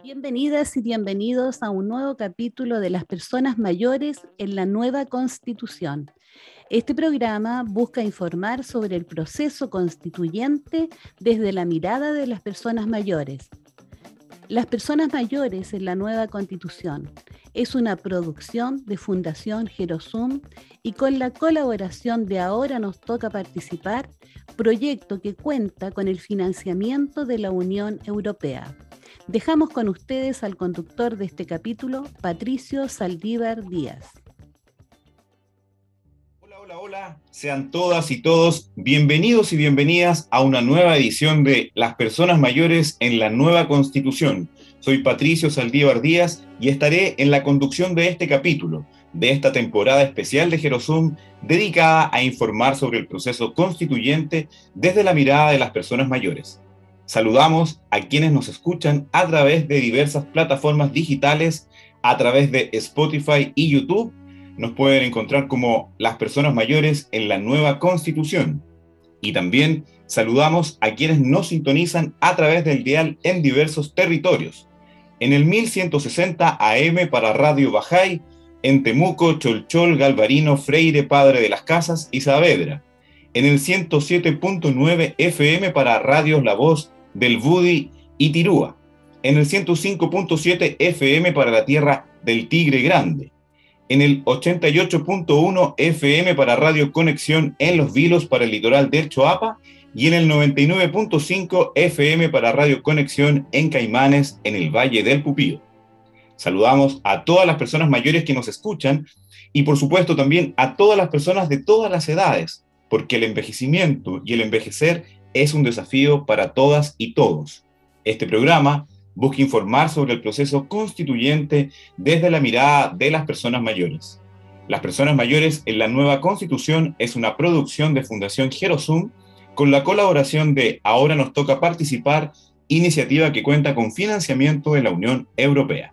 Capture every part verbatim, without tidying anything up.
Bienvenidas y bienvenidos a un nuevo capítulo de las personas mayores en la nueva Constitución. Este programa busca informar sobre el proceso constituyente desde la mirada de las personas mayores. Las personas mayores en la nueva Constitución es una producción de Fundación Gerosum y con la colaboración de Ahora Nos Toca Participar, proyecto que cuenta con el financiamiento de la Unión Europea. Dejamos con ustedes al conductor de este capítulo, Patricio Saldívar Díaz. Hola, hola, hola. Sean todas y todos bienvenidos y bienvenidas a una nueva edición de Las Personas Mayores en la Nueva Constitución. Soy Patricio Saldívar Díaz y estaré en la conducción de este capítulo, de esta temporada especial de Gerosum, dedicada a informar sobre el proceso constituyente desde la mirada de las personas mayores. Saludamos a quienes nos escuchan a través de diversas plataformas digitales, a través de Spotify y YouTube. Nos pueden encontrar como Las Personas Mayores en la Nueva Constitución. Y también saludamos a quienes nos sintonizan a través del dial en diversos territorios. En el mil ciento sesenta A M para Radio Bajay, en Temuco, Cholchol, Galvarino, Freire, Padre de las Casas y Saavedra. En el ciento siete punto nueve F M para Radios La Voz del Budi y Tirúa, en el ciento cinco punto siete F M para la tierra del Tigre Grande, en el ochenta y ocho punto uno F M para Radio Conexión en Los Vilos para el litoral del Choapa y en el noventa y nueve punto cinco F M para Radio Conexión en Caimanes en el Valle del Pupío. Saludamos a todas las personas mayores que nos escuchan y por supuesto también a todas las personas de todas las edades, porque el envejecimiento y el envejecer es un desafío para todas y todos. Este programa busca informar sobre el proceso constituyente desde la mirada de las personas mayores. Las Personas Mayores en la Nueva Constitución es una producción de Fundación Gerosum con la colaboración de Ahora Nos Toca Participar, iniciativa que cuenta con financiamiento de la Unión Europea.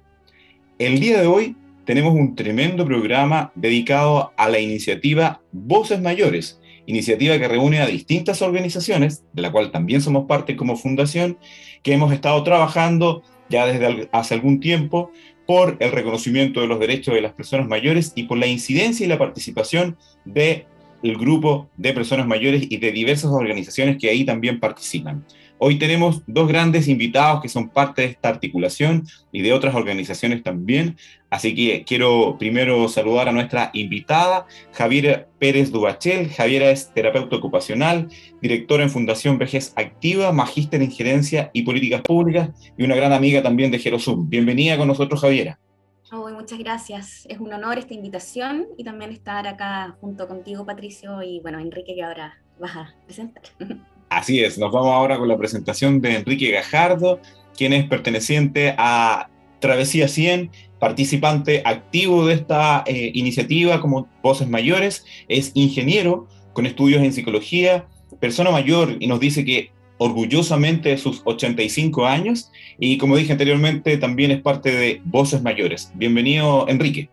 El día de hoy tenemos un tremendo programa dedicado a la iniciativa Voces Mayores, iniciativa que reúne a distintas organizaciones, de la cual también somos parte como fundación, que hemos estado trabajando ya desde hace algún tiempo por el reconocimiento de los derechos de las personas mayores y por la incidencia y la participación del grupo de personas mayores y de diversas organizaciones que ahí también participan. Hoy tenemos dos grandes invitados que son parte de esta articulación y de otras organizaciones también. Así que quiero primero saludar a nuestra invitada, Javiera Pérez Dubachel. Javiera es terapeuta ocupacional, directora en Fundación Vejez Activa, magíster en Gerencia y Políticas Públicas y una gran amiga también de Gerosum. Bienvenida con nosotros, Javiera. Oh, muchas gracias. Es un honor esta invitación y también estar acá junto contigo, Patricio, y bueno, Enrique, que ahora vas a presentar. Así es, nos vamos ahora con la presentación de Enrique Gajardo, quien es perteneciente a Travesía cien, participante activo de esta eh, iniciativa como Voces Mayores, es ingeniero con estudios en psicología, persona mayor y nos dice que orgullosamente de sus ochenta y cinco años y como dije anteriormente también es parte de Voces Mayores. Bienvenido, Enrique.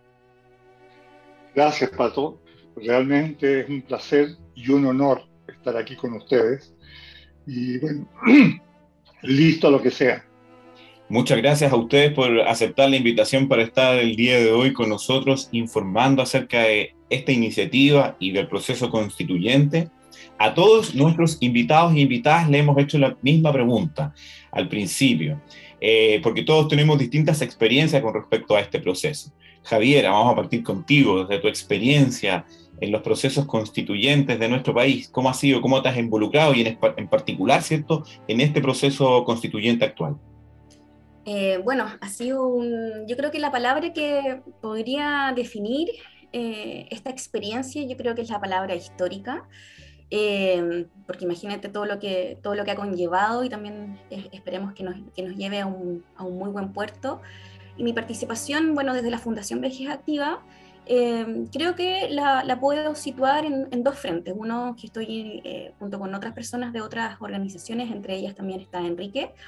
Gracias, Pato. Realmente es un placer y un honor estar aquí con ustedes. Y bueno, listo a lo que sea. Muchas gracias a ustedes por aceptar la invitación para estar el día de hoy con nosotros informando acerca de esta iniciativa y del proceso constituyente. A todos nuestros invitados e invitadas le hemos hecho la misma pregunta al principio, eh, porque todos tenemos distintas experiencias con respecto a este proceso. Javiera, vamos a partir contigo, desde tu experiencia en los procesos constituyentes de nuestro país. ¿Cómo ha sido, cómo te has involucrado y en, en particular, ¿cierto?, en este proceso constituyente actual? Eh, bueno, ha sido un... Yo creo que la palabra que podría definir eh, esta experiencia, yo creo que es la palabra histórica, eh, porque imagínate todo lo que, todo lo que ha conllevado y también eh, esperemos que nos, que nos lleve a un, a un muy buen puerto. Y mi participación, bueno, desde la Fundación Vejez Activa, Eh, creo que la, la puedo situar en, en dos frentes. Uno, que estoy eh, junto con otras personas de otras organizaciones, entre ellas también está Enrique,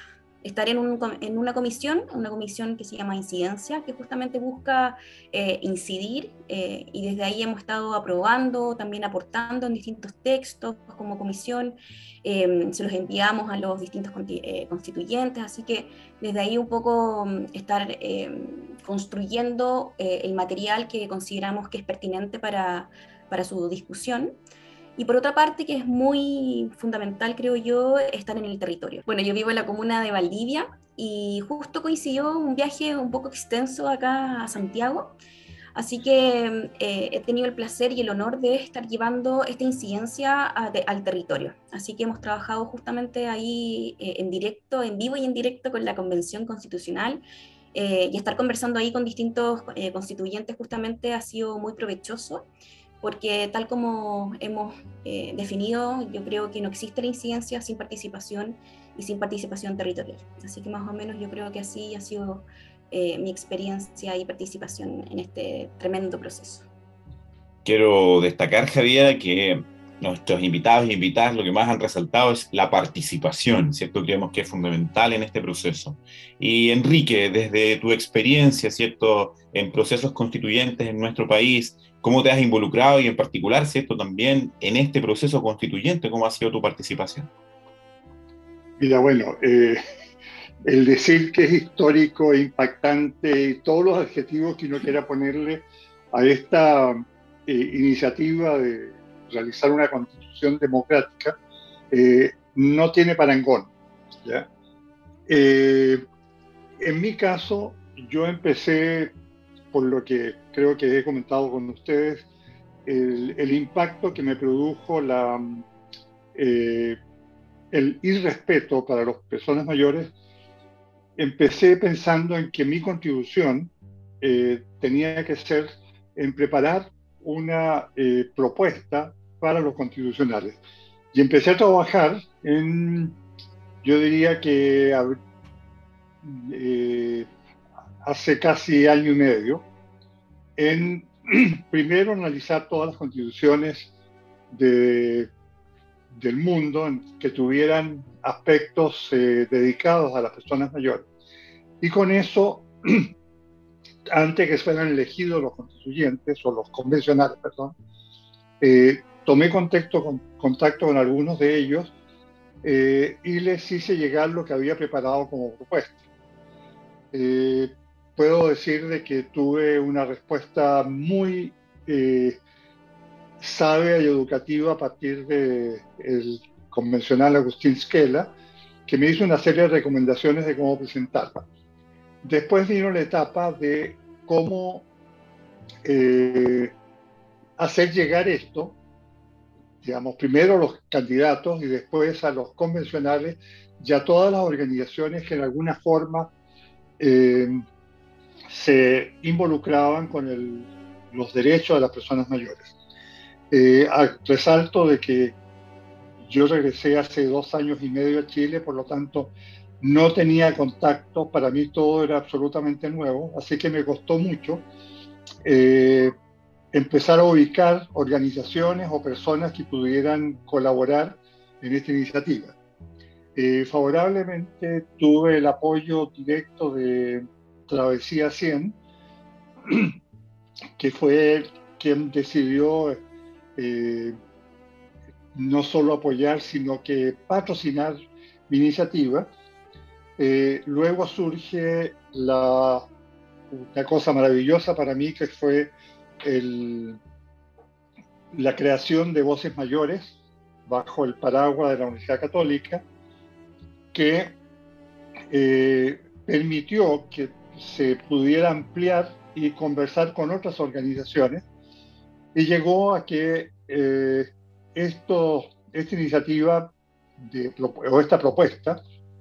estar en, un, en una comisión, una comisión que se llama Incidencia, que justamente busca eh, incidir, eh, y desde ahí hemos estado aprobando, también aportando en distintos textos como comisión, eh, se los enviamos a los distintos eh, constituyentes, así que desde ahí un poco estar eh, construyendo eh, el material que consideramos que es pertinente para, para su discusión. Y por otra parte, que es muy fundamental, creo yo, estar en el territorio. Bueno, yo vivo en la comuna de Valdivia y justo coincidió un viaje un poco extenso acá a Santiago, así que eh, he tenido el placer y el honor de estar llevando esta incidencia a, de, al territorio. Así que hemos trabajado justamente ahí eh, en directo, en vivo y en directo con la Convención Constitucional, eh, y estar conversando ahí con distintos eh, constituyentes justamente ha sido muy provechoso, porque tal como hemos eh, definido, yo creo que no existe la incidencia sin participación y sin participación territorial. Así que más o menos yo creo que así ha sido eh, mi experiencia y participación en este tremendo proceso. Quiero destacar, Javiera, que nuestros invitados y invitadas lo que más han resaltado es la participación, ¿cierto? Creemos que es fundamental en este proceso. Y Enrique, desde tu experiencia, ¿cierto?, en procesos constituyentes en nuestro país, ¿cómo te has involucrado y en particular, ¿cierto?, también en este proceso constituyente, ¿cómo ha sido tu participación? Mira, bueno, eh, el decir que es histórico e impactante y todos los adjetivos que uno quiera ponerle a esta eh, iniciativa de realizar una constitución democrática eh, no tiene parangón, ¿ya? Eh, en mi caso, yo empecé, por lo que creo que he comentado con ustedes, el, el impacto que me produjo la, eh, el irrespeto para las personas mayores. Empecé pensando en que mi contribución eh, tenía que ser en preparar una eh, propuesta para los constitucionales. Y empecé a trabajar en, yo diría que eh, hace casi año y medio, en primero analizar todas las constituciones de, del mundo que tuvieran aspectos eh, dedicados a las personas mayores. Y con eso, antes que fueran elegidos los constituyentes, o los convencionales, perdón, eh, tomé contacto con, contacto con algunos de ellos eh, y les hice llegar lo que había preparado como propuesta. Eh, puedo decir de que tuve una respuesta muy eh, sabia y educativa a partir del convencional Agustín Schela, que me hizo una serie de recomendaciones de cómo presentarla. Después vino la etapa de cómo eh, hacer llegar esto, digamos, primero a los candidatos y después a los convencionales y a todas las organizaciones que en alguna forma eh, se involucraban con el, los derechos de las personas mayores. Eh, resalto de que yo regresé hace dos años y medio a Chile, por lo tanto no tenía contacto, para mí todo era absolutamente nuevo, así que me costó mucho eh, empezar a ubicar organizaciones o personas que pudieran colaborar en esta iniciativa. Eh, favorablemente tuve el apoyo directo de Travesía cien, que fue quien decidió eh, no solo apoyar, sino que patrocinar mi iniciativa. Eh, luego surge la, una cosa maravillosa para mí, que fue el, la creación de Voces Mayores bajo el paraguas de la Universidad Católica, que eh, permitió que se pudiera ampliar y conversar con otras organizaciones, y llegó a que eh, esto, esta iniciativa de, o esta propuesta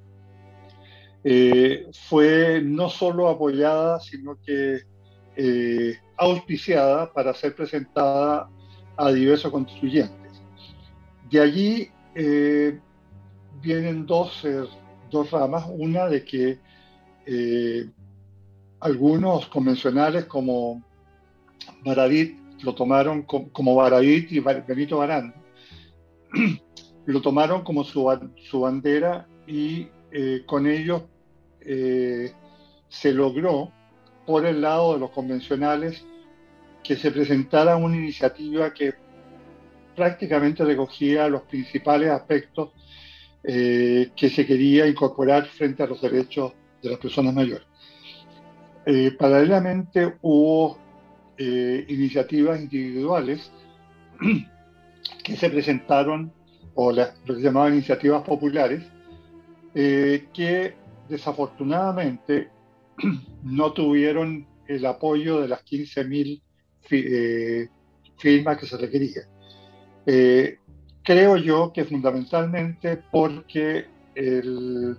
eh, fue no solo apoyada, sino que eh, auspiciada para ser presentada a diversos constituyentes. De allí eh, vienen dos, eh, dos ramas, una de que eh, algunos convencionales como Baradit lo tomaron como, como Baradit y Benito Baranda, lo tomaron como su, su bandera y eh, con ellos eh, se logró por el lado de los convencionales que se presentara una iniciativa que prácticamente recogía los principales aspectos eh, que se quería incorporar frente a los derechos de las personas mayores. Eh, paralelamente hubo eh, iniciativas individuales que se presentaron, o las, lo que se llamaban iniciativas populares, eh, que desafortunadamente no tuvieron el apoyo de las quince mil eh, firmas que se requerían. Eh, creo yo que fundamentalmente porque el,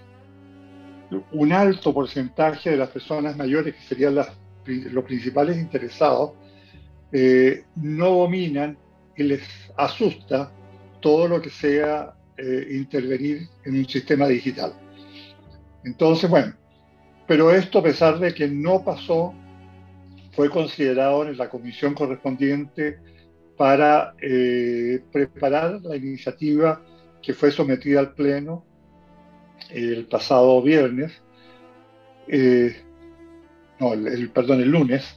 un alto porcentaje de las personas mayores, que serían las, los principales interesados, eh, no dominan y les asusta todo lo que sea eh, intervenir en un sistema digital. Entonces, bueno, pero esto, a pesar de que no pasó, fue considerado en la comisión correspondiente para eh, preparar la iniciativa que fue sometida al Pleno el pasado viernes, eh, no, el, el, perdón, el lunes,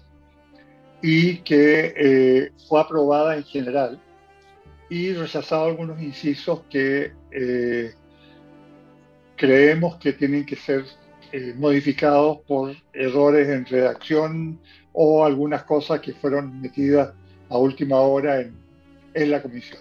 y que eh, fue aprobada en general y rechazado algunos incisos que eh, creemos que tienen que ser eh, modificados por errores en redacción o algunas cosas que fueron metidas a última hora en, en la comisión.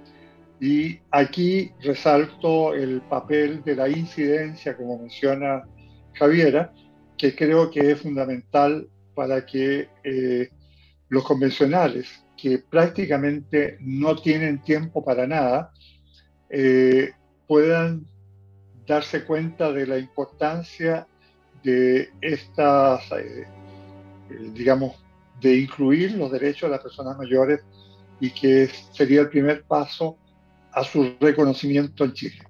Y aquí resalto el papel de la incidencia, como menciona Javiera, que creo que es fundamental para que eh, los convencionales, que prácticamente no tienen tiempo para nada, eh, puedan darse cuenta de la importancia de estas, eh, eh, digamos, de incluir los derechos de las personas mayores y que sería el primer paso a su reconocimiento en Chile.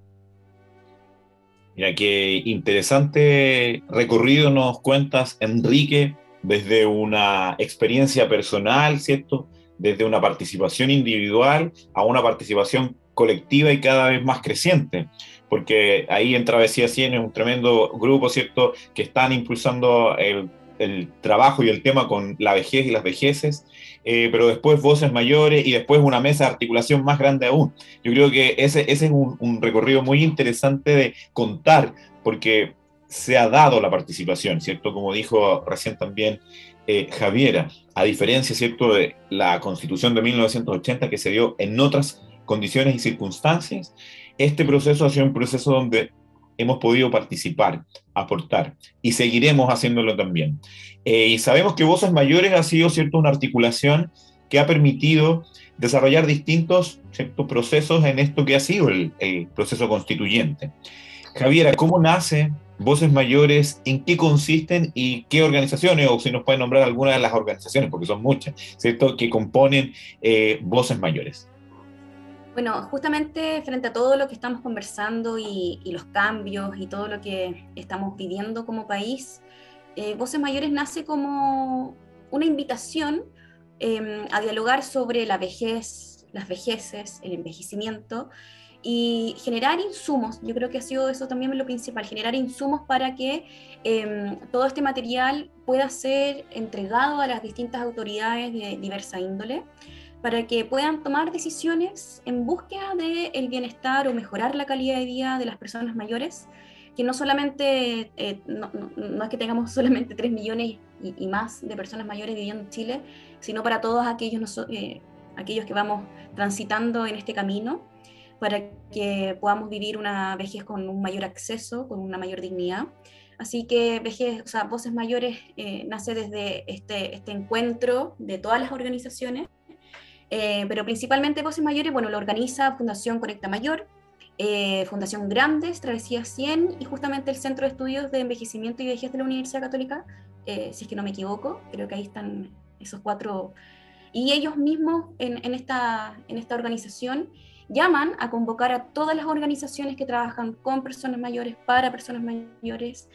Mira, qué interesante recorrido nos cuentas, Enrique, desde una experiencia personal, ¿cierto? Desde una participación individual a una participación colectiva y cada vez más creciente, porque ahí en Travesía cien es un tremendo grupo, ¿cierto?, que están impulsando el, el trabajo y el tema con la vejez y las vejeces, eh, pero después Voces Mayores y después una mesa de articulación más grande aún. Yo creo que ese, ese es un, un recorrido muy interesante de contar, porque se ha dado la participación, ¿cierto?, como dijo recién también eh, Javiera, a diferencia, ¿cierto?, de la Constitución de mil novecientos ochenta que se dio en otras condiciones y circunstancias. Este proceso ha sido un proceso donde hemos podido participar, aportar, y seguiremos haciéndolo también. Eh, y sabemos que Voces Mayores ha sido, ¿cierto?, una articulación que ha permitido desarrollar distintos, ¿cierto?, procesos en esto que ha sido el, el proceso constituyente. Javiera, ¿cómo nace Voces Mayores? ¿En qué consisten y qué organizaciones, o si nos pueden nombrar algunas de las organizaciones, porque son muchas, ¿cierto?, que componen eh, Voces Mayores? Bueno, justamente frente a todo lo que estamos conversando y, y los cambios y todo lo que estamos viviendo como país, eh, Voces Mayores nace como una invitación eh, a dialogar sobre la vejez, las vejeces, el envejecimiento y generar insumos. Yo creo que ha sido eso también lo principal, generar insumos para que eh, todo este material pueda ser entregado a las distintas autoridades de diversa índole, para que puedan tomar decisiones en búsqueda del bienestar o mejorar la calidad de vida de las personas mayores, que no solamente, eh, no, no, no es que tengamos solamente tres millones y, y más de personas mayores viviendo en Chile, sino para todos aquellos, eh, aquellos que vamos transitando en este camino, para que podamos vivir una vejez con un mayor acceso, con una mayor dignidad. Así que vejez, o sea, Voces Mayores eh, nace desde este, este encuentro de todas las organizaciones, Eh, pero principalmente Voces Mayores, bueno, lo organiza Fundación Conecta Mayor, eh, Fundación Grandes, Travesía cien y justamente el Centro de Estudios de Envejecimiento y Vejez de la Universidad Católica, eh, si es que no me equivoco, creo que ahí están esos cuatro. Y ellos mismos en, en, esta, en esta organización llaman a convocar a todas las organizaciones que trabajan con personas mayores, para personas mayores,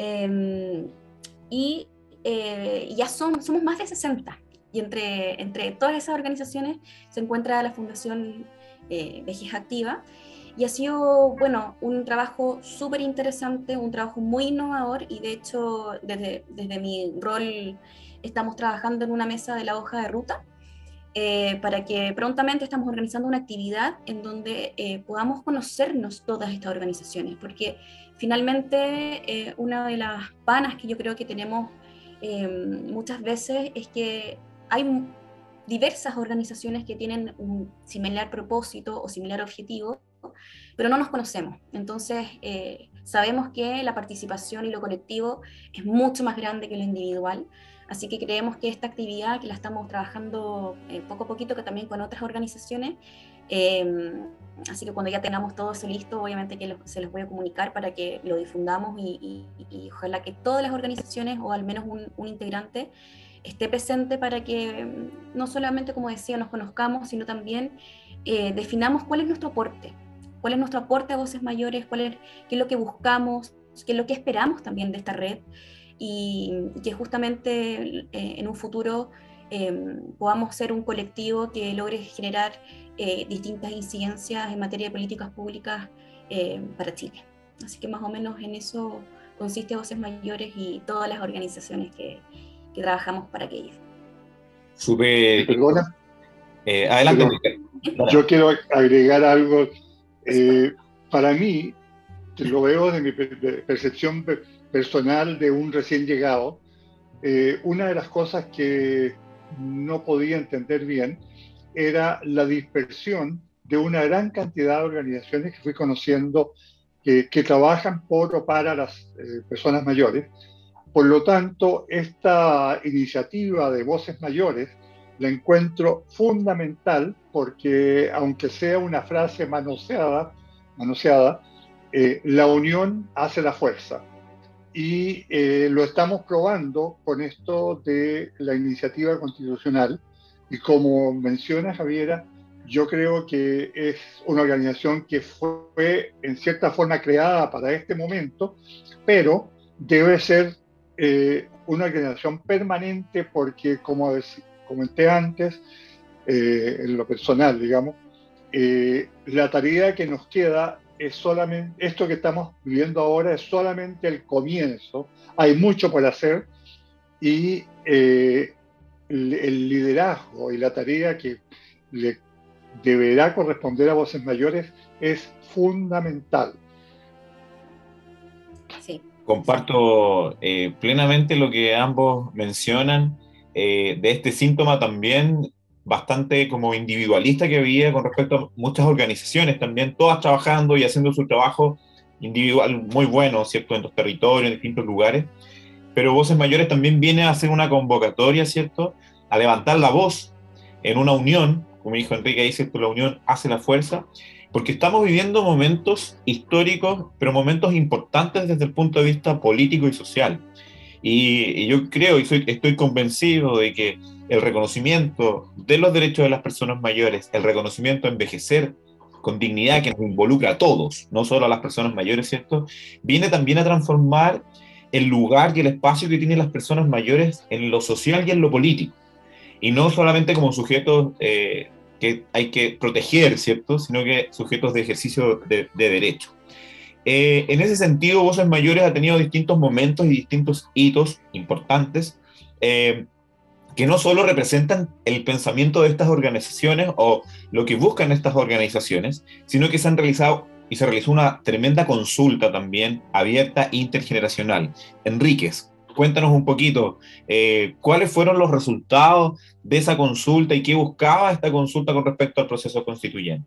eh, y eh, ya son, somos más de sesenta. Y entre, entre todas esas organizaciones se encuentra la Fundación eh, Vejez Activa. Y ha sido, bueno, un trabajo súper interesante, un trabajo muy innovador, y de hecho desde, desde mi rol estamos trabajando en una mesa de la hoja de ruta, eh, para que prontamente estamos organizando una actividad en donde eh, podamos conocernos todas estas organizaciones, porque finalmente eh, una de las panas que yo creo que tenemos eh, muchas veces es que hay diversas organizaciones que tienen un similar propósito o similar objetivo, pero no nos conocemos. Entonces, eh, sabemos que la participación y lo colectivo es mucho más grande que lo individual, así que creemos que esta actividad, que la estamos trabajando eh, poco a poquito, que también con otras organizaciones, eh, así que cuando ya tengamos todo eso listo, obviamente que lo, se los voy a comunicar para que lo difundamos, y, y, y ojalá que todas las organizaciones, o al menos un, un integrante, esté presente para que no solamente, como decía, nos conozcamos, sino también eh, definamos cuál es nuestro aporte, cuál es nuestro aporte a Voces Mayores, cuál es, qué es lo que buscamos, qué es lo que esperamos también de esta red, y que justamente eh, en un futuro eh, podamos ser un colectivo que logre generar eh, distintas incidencias en materia de políticas públicas eh, para Chile. Así que más o menos en eso consiste Voces Mayores y todas las organizaciones que, que trabajamos para aquello. Súper. Perdona, Eh, adelante. Yo quiero agregar algo. Eh, para mí, lo veo desde mi percepción personal de un recién llegado, eh, una de las cosas que no podía entender bien era la dispersión de una gran cantidad de organizaciones que fui conociendo que, que trabajan por o para las eh, personas mayores. Por lo tanto, esta iniciativa de Voces Mayores la encuentro fundamental, porque aunque sea una frase manoseada, manoseada eh, la unión hace la fuerza. Y eh, lo estamos probando con esto de la iniciativa constitucional. Y como menciona Javiera, yo creo que es una organización que fue en cierta forma creada para este momento, pero debe ser eh, una organización permanente, porque como comenté antes, eh, en lo personal, digamos, eh, la tarea que nos queda es solamente, esto que estamos viviendo ahora es solamente el comienzo, hay mucho por hacer, y eh, el, el liderazgo y la tarea que le deberá corresponder a Voces Mayores es fundamental. Sí. Comparto eh, plenamente lo que ambos mencionan, eh, de este síntoma también bastante como individualista que había con respecto a muchas organizaciones también, todas trabajando y haciendo su trabajo individual muy bueno, ¿cierto?, en los territorios, en distintos lugares, pero Voces Mayores también viene a hacer una convocatoria, ¿cierto?, a levantar la voz en una unión, como dijo Enrique ahí, ¿cierto?, la unión hace la fuerza, porque estamos viviendo momentos históricos, pero momentos importantes desde el punto de vista político y social. Y, y yo creo y soy, estoy convencido de que el reconocimiento de los derechos de las personas mayores, el reconocimiento a envejecer con dignidad, que nos involucra a todos, no solo a las personas mayores, ¿cierto?, viene también a transformar el lugar y el espacio que tienen las personas mayores en lo social y en lo político. Y no solamente como sujetos eh, que hay que proteger, ¿cierto?, sino que sujetos de ejercicio de, de derecho. Eh, en ese sentido, Voces Mayores ha tenido distintos momentos y distintos hitos importantes eh, que no solo representan el pensamiento de estas organizaciones o lo que buscan estas organizaciones, sino que se han realizado y se realizó una tremenda consulta también abierta intergeneracional. Enríquez, cuéntanos un poquito eh, cuáles fueron los resultados de esa consulta y qué buscaba esta consulta con respecto al proceso constituyente.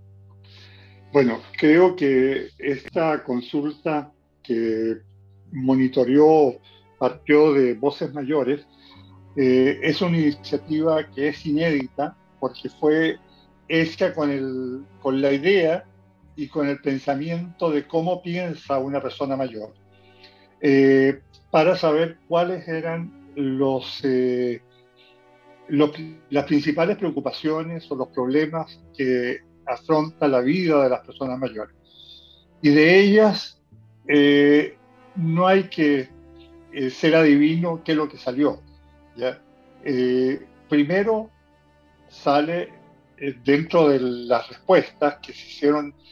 Bueno, creo que esta consulta que monitoreó, partió de Voces Mayores, eh, es una iniciativa que es inédita, porque fue hecha con, el, con la idea y con el pensamiento de cómo piensa una persona mayor, eh, para saber cuáles eran los, eh, los, las principales preocupaciones o los problemas que afronta la vida de las personas mayores. Y de ellas eh, no hay que eh, ser adivino qué es lo que salió, ¿ya? Eh, primero sale eh, dentro de las respuestas que se hicieron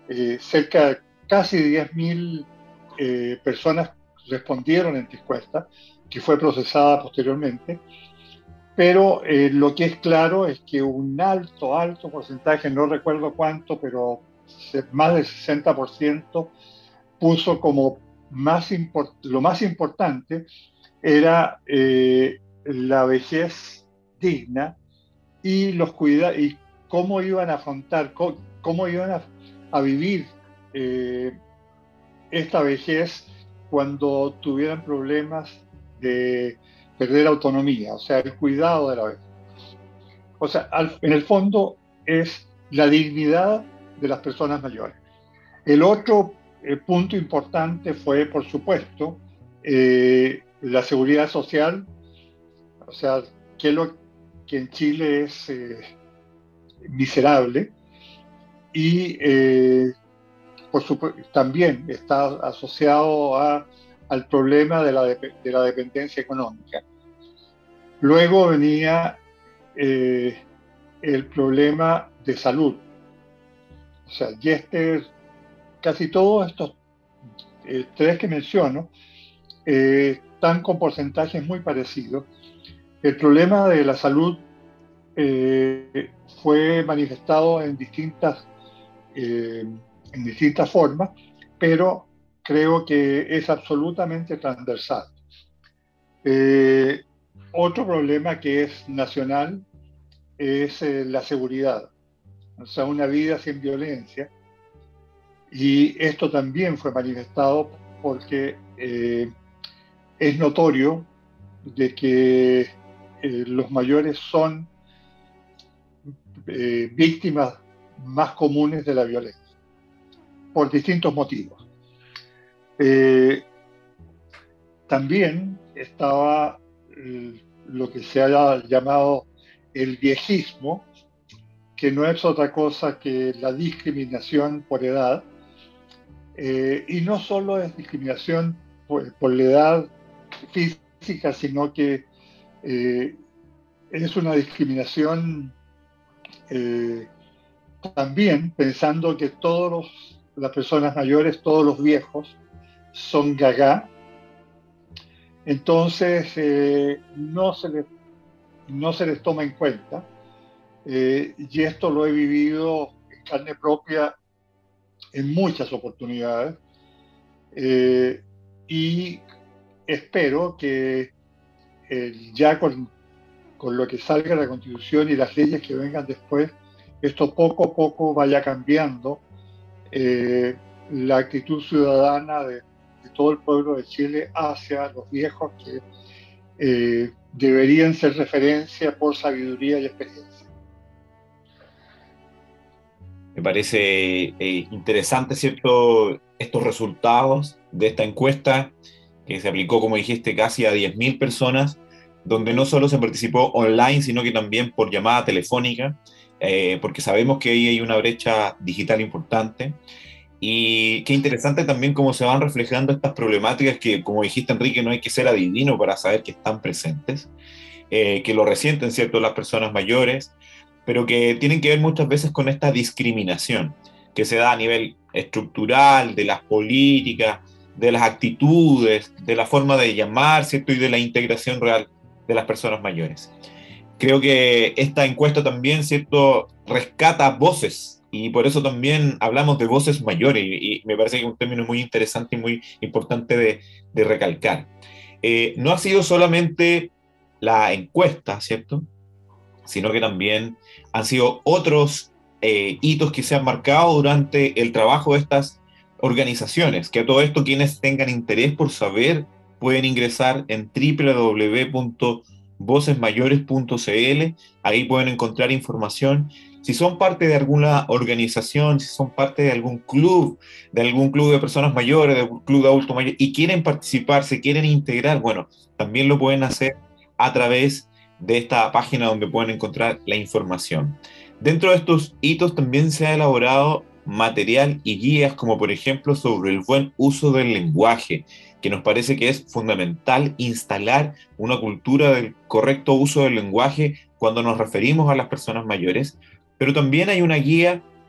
eh, cerca de casi diez mil eh, personas respondieron en esta encuesta, que fue procesada posteriormente, pero eh, lo que es claro es que un alto, alto porcentaje, no recuerdo cuánto, pero más del sesenta por ciento puso como más import- lo más importante era eh, la vejez digna y los cuida y cómo iban a afrontar, cómo, cómo iban a, a vivir eh, esta vejez cuando tuvieran problemas de perder autonomía, o sea, el cuidado de la vejez. O sea, al, en el fondo es la dignidad de las personas mayores. El otro eh, punto importante fue, por supuesto, eh, la seguridad social, o sea, que, lo, que en Chile es eh, miserable, y eh, por supuesto, también está asociado a, al problema de la, de, de la dependencia económica. Luego venía eh, el problema de salud. O sea, y este, casi todos estos eh, tres que menciono eh, están con porcentajes muy parecidos. El problema de la salud eh, fue manifestado en distintas, eh, en distintas formas, pero creo que es absolutamente transversal. Eh, otro problema que es nacional es eh, la seguridad, o sea, una vida sin violencia. Y esto también fue manifestado porque eh, es notorio de que eh, los mayores son eh, víctimas más comunes de la violencia, por distintos motivos. Eh, también estaba eh, lo que se ha llamado el viejismo, que no es otra cosa que la discriminación por edad, eh, y no solo es discriminación por, por la edad física, sino que eh, es una discriminación eh, también pensando que todas las personas mayores, todos los viejos, son gaga. Entonces eh, no, se les, no se les toma en cuenta. Eh, y esto lo he vivido en carne propia en muchas oportunidades. Eh, y espero que eh, ya con, con lo que salga la Constitución y las leyes que vengan después, esto poco a poco vaya cambiando eh, la actitud ciudadana de, de todo el pueblo de Chile hacia los viejos que eh, deberían ser referencia por sabiduría y experiencia. Me parece eh, interesante, ¿cierto?, estos resultados de esta encuesta que se aplicó, como dijiste, casi a diez mil personas, donde no solo se participó online, sino que también por llamada telefónica, eh, porque sabemos que ahí hay una brecha digital importante. Y qué interesante también cómo se van reflejando estas problemáticas que, como dijiste, Enrique, no hay que ser adivino para saber que están presentes, eh, que lo resienten, ¿cierto?, las personas mayores, pero que tienen que ver muchas veces con esta discriminación que se da a nivel estructural, de las políticas, de las actitudes, de la forma de llamar, ¿cierto?, y de la integración real de las personas mayores. Creo que esta encuesta también, ¿cierto?, rescata voces, y por eso también hablamos de voces mayores, y, y me parece que es un término muy interesante y muy importante de, de recalcar. Eh, no ha sido solamente la encuesta, ¿cierto?, sino que también han sido otros eh, hitos que se han marcado durante el trabajo de estas organizaciones, que a todo esto quienes tengan interés por saber pueden ingresar en doble u doble u doble u punto voces mayores punto c l, ahí pueden encontrar información. Si son parte de alguna organización, si son parte de algún club, de algún club de personas mayores, de algún club de adultos mayores, y quieren participar, se quieren integrar, bueno, también lo pueden hacer a través de esta página donde pueden encontrar la información. Dentro de estos hitos también se ha elaborado material y guías, como por ejemplo sobre el buen uso del lenguaje, que nos parece que es fundamental instalar una cultura del correcto uso del lenguaje cuando nos referimos a las personas mayores, pero también hay una guía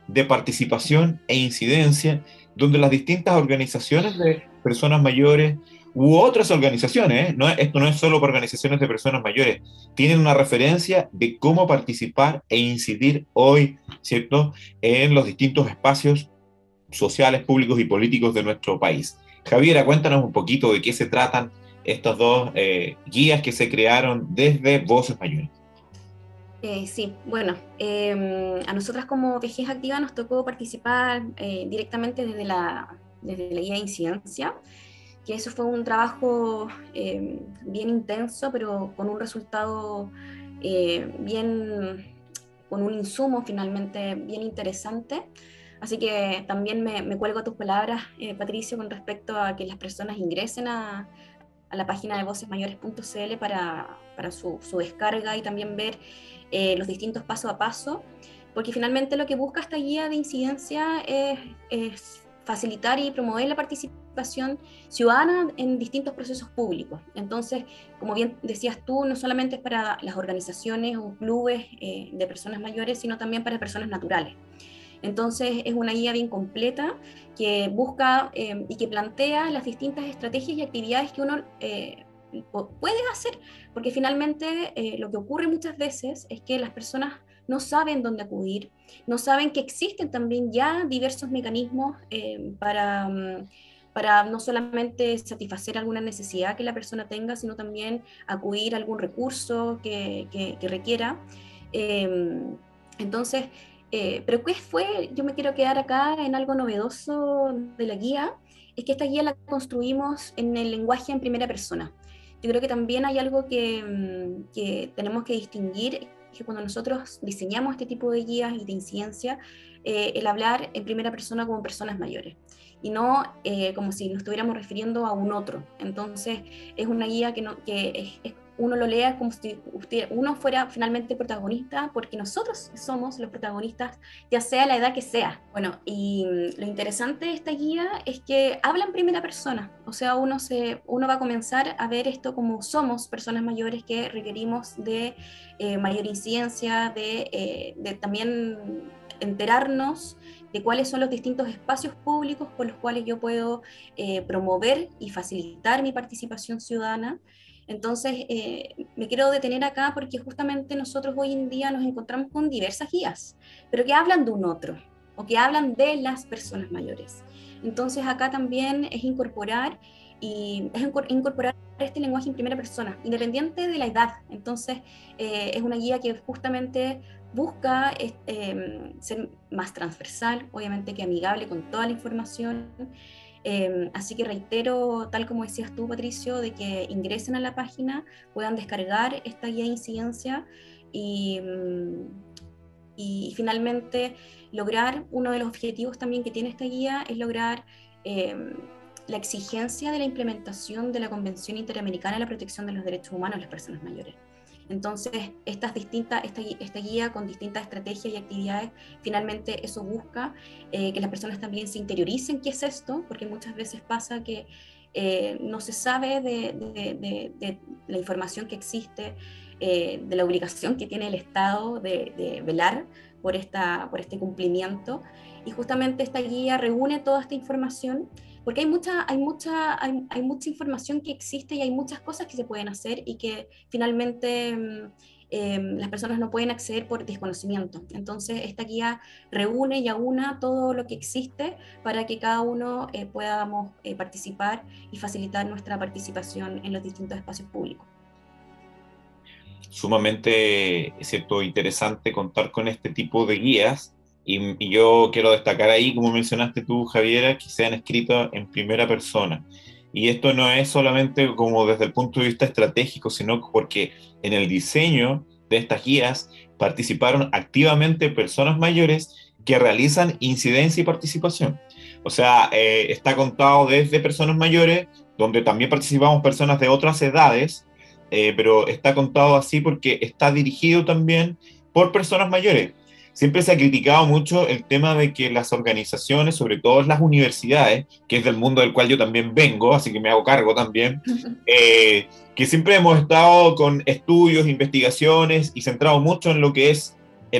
de participación e incidencia, donde las distintas organizaciones de personas mayores u otras organizaciones, ¿eh? No, esto no es solo para organizaciones de personas mayores, tienen una referencia de cómo participar e incidir hoy, ¿cierto?, en los distintos espacios sociales, públicos y políticos de nuestro país. Javiera, cuéntanos un poquito de qué se tratan estas dos eh, guías que se crearon desde Voces Mayores. Eh, sí, bueno, eh, a nosotras como Vejez Activa nos tocó participar eh, directamente desde la, desde la guía de incidencia, que eso fue un trabajo eh, bien intenso, pero con un resultado eh, bien, con un insumo finalmente bien interesante. Así que también me, me cuelgo a tus palabras, eh, Patricio, con respecto a que las personas ingresen a, a la página de voces mayores punto c l para, para su, su descarga y también ver eh, los distintos paso a paso, porque finalmente lo que busca esta guía de incidencia es, es facilitar y promover la participación ciudadana en distintos procesos públicos. Entonces, como bien decías tú, no solamente es para las organizaciones o clubes eh, de personas mayores, sino también para personas naturales. Entonces es una guía bien completa que busca eh, y que plantea las distintas estrategias y actividades que uno eh, puede hacer, porque finalmente eh, lo que ocurre muchas veces es que las personas no saben dónde acudir, no saben que existen también ya diversos mecanismos eh, para, para no solamente satisfacer alguna necesidad que la persona tenga, sino también acudir a algún recurso que, que, que requiera. Eh, entonces, Eh, pero ¿qué fue? Yo me quiero quedar acá en algo novedoso de la guía, es que esta guía la construimos en el lenguaje en primera persona. Yo creo que también hay algo que, que tenemos que distinguir, que cuando nosotros diseñamos este tipo de guías y de incidencia, eh, el hablar en primera persona como personas mayores, y no eh, como si nos estuviéramos refiriendo a un otro. Entonces es una guía que, no, que es, es uno lo lea como si usted, uno fuera finalmente protagonista, porque nosotros somos los protagonistas, ya sea la edad que sea. Bueno, y lo interesante de esta guía es que habla en primera persona, o sea, uno, se, uno va a comenzar a ver esto como somos personas mayores que requerimos de eh, mayor incidencia, de, eh, de también enterarnos de cuáles son los distintos espacios públicos por los cuales yo puedo eh, promover y facilitar mi participación ciudadana. Entonces, eh, me quiero detener acá porque justamente nosotros hoy en día nos encontramos con diversas guías, pero que hablan de un otro, o que hablan de las personas mayores. Entonces, acá también es incorporar, y es incorporar este lenguaje en primera persona, independiente de la edad. Entonces, eh, es una guía que justamente busca eh, ser más transversal, obviamente que amigable con toda la información. Eh, así que reitero, tal como decías tú, Patricio, de que ingresen a la página, puedan descargar esta guía de incidencia y, y finalmente lograr, uno de los objetivos también que tiene esta guía es lograr eh, la exigencia de la implementación de la Convención Interamericana de la Protección de los Derechos Humanos de las Personas Mayores. Entonces, estas distintas, esta, esta guía con distintas estrategias y actividades, finalmente eso busca eh, que las personas también se interioricen qué es esto, porque muchas veces pasa que eh, no se sabe de, de, de, de la información que existe, eh, de la obligación que tiene el Estado de, de velar por, esta, por este cumplimiento. Y justamente esta guía reúne toda esta información, porque hay mucha, hay, mucha, hay, hay mucha información que existe y hay muchas cosas que se pueden hacer y que finalmente eh, las personas no pueden acceder por desconocimiento. Entonces esta guía reúne y aúna todo lo que existe para que cada uno eh, podamos eh, participar y facilitar nuestra participación en los distintos espacios públicos. Sumamente, ¿cierto?, interesante contar con este tipo de guías. Y, y yo quiero destacar ahí, como mencionaste tú, Javiera, que sean escritas en primera persona. Y esto no es solamente como desde el punto de vista estratégico, sino porque en el diseño de estas guías participaron activamente personas mayores que realizan incidencia y participación. O sea, eh, está contado desde personas mayores, donde también participamos personas de otras edades, eh, pero está contado así porque está dirigido también por personas mayores. Siempre se ha criticado mucho el tema de que las organizaciones, sobre todo las universidades, que es del mundo del cual yo también vengo, así que me hago cargo también, eh, que siempre hemos estado con estudios, investigaciones y centrado mucho en lo que es el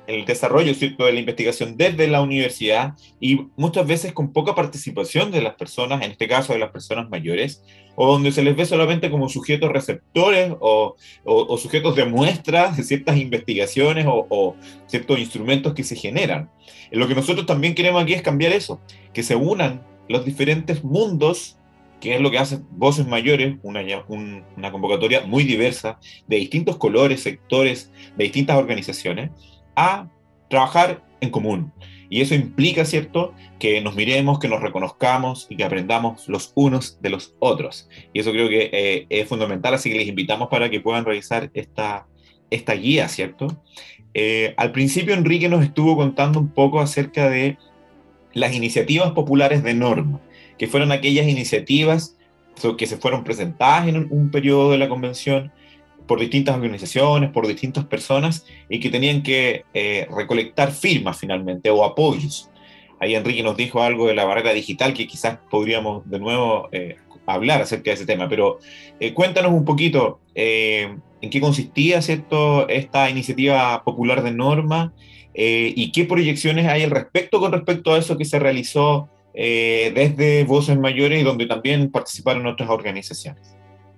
el desarrollo, ¿cierto?, de la investigación desde la universidad y muchas veces con poca participación de las personas, en este caso de las personas mayores, o donde se les ve solamente como sujetos receptores o, o, o sujetos de muestra de ciertas investigaciones o, o ciertos instrumentos que se generan. Lo que nosotros también queremos aquí es cambiar eso, que se unan los diferentes mundos, que es lo que hace Voces Mayores, una, un, una convocatoria muy diversa, de distintos colores, sectores, de distintas organizaciones, a trabajar en común. Y eso implica, ¿cierto?, que nos miremos, que nos reconozcamos y que aprendamos los unos de los otros. Y eso creo que eh, es fundamental, así que les invitamos para que puedan revisar esta, esta guía, ¿cierto? Eh, al principio Enrique nos estuvo contando un poco acerca de las iniciativas populares de norma, que fueron aquellas iniciativas que se fueron presentadas en un, un periodo de la convención por distintas organizaciones, por distintas personas, y que tenían que eh, recolectar firmas finalmente, o apoyos. Ahí Enrique nos dijo algo de la barrera digital, que quizás podríamos de nuevo eh, hablar acerca de ese tema, pero eh, cuéntanos un poquito eh, en qué consistía, ¿cierto?, esta iniciativa popular de norma, eh, y qué proyecciones hay al respecto con respecto a eso que se realizó eh, desde Voces Mayores y donde también participaron otras organizaciones.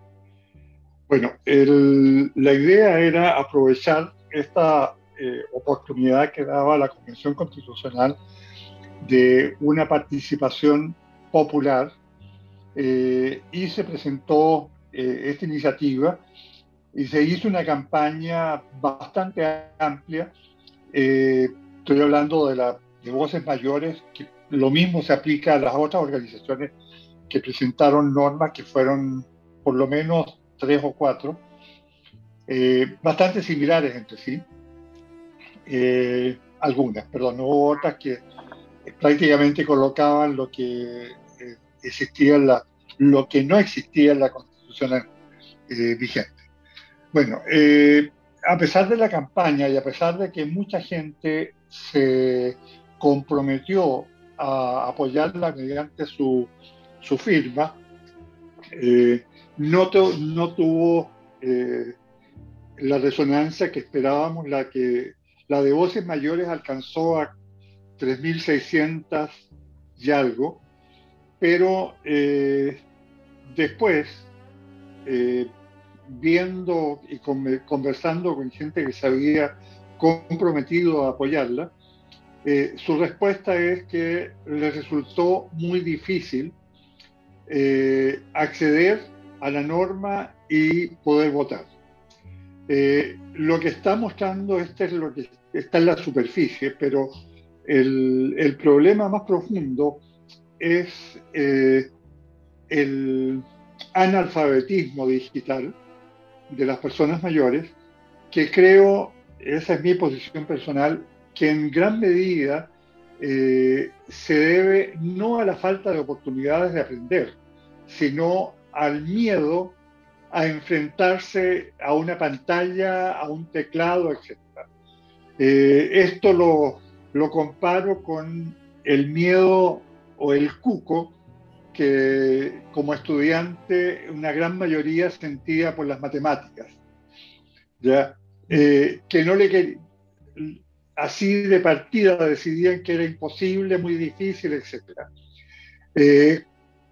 Bueno, el, la idea era aprovechar esta eh, oportunidad que daba la Convención Constitucional de una participación popular eh, y se presentó eh, esta iniciativa y se hizo una campaña bastante amplia. Eh, estoy hablando de, la, de Voces Mayores, que lo mismo se aplica a las otras organizaciones que presentaron normas, que fueron por lo menos tres o cuatro, eh, bastante similares entre sí. Eh, algunas, perdón, no hubo otras que prácticamente colocaban lo que eh, existía en la, lo que no existía en la Constitución eh, vigente. Bueno, eh, a pesar de la campaña y a pesar de que mucha gente se comprometió a apoyarla mediante su, su firma, eh, no, tu, no tuvo eh, la resonancia que esperábamos. La, que, la de Voces Mayores alcanzó a tres mil seiscientos y algo, pero eh, después, eh, viendo y conversando con gente que se había comprometido a apoyarla, eh, su respuesta es que le resultó muy difícil eh, acceder a la norma y poder votar. Eh, lo que está mostrando, este es lo que está en la superficie, pero el, el problema más profundo es eh, el analfabetismo digital de las personas mayores, que creo, esa es mi posición personal, que en gran medida eh, se debe no a la falta de oportunidades de aprender, sino al miedo a enfrentarse a una pantalla, a un teclado, etcétera. Eh, esto lo, lo comparo con el miedo o el cuco que como estudiante una gran mayoría sentía por las matemáticas, ¿ya? Eh, que no le quería, así de partida decidían que era imposible, muy difícil, etcétera. Eh,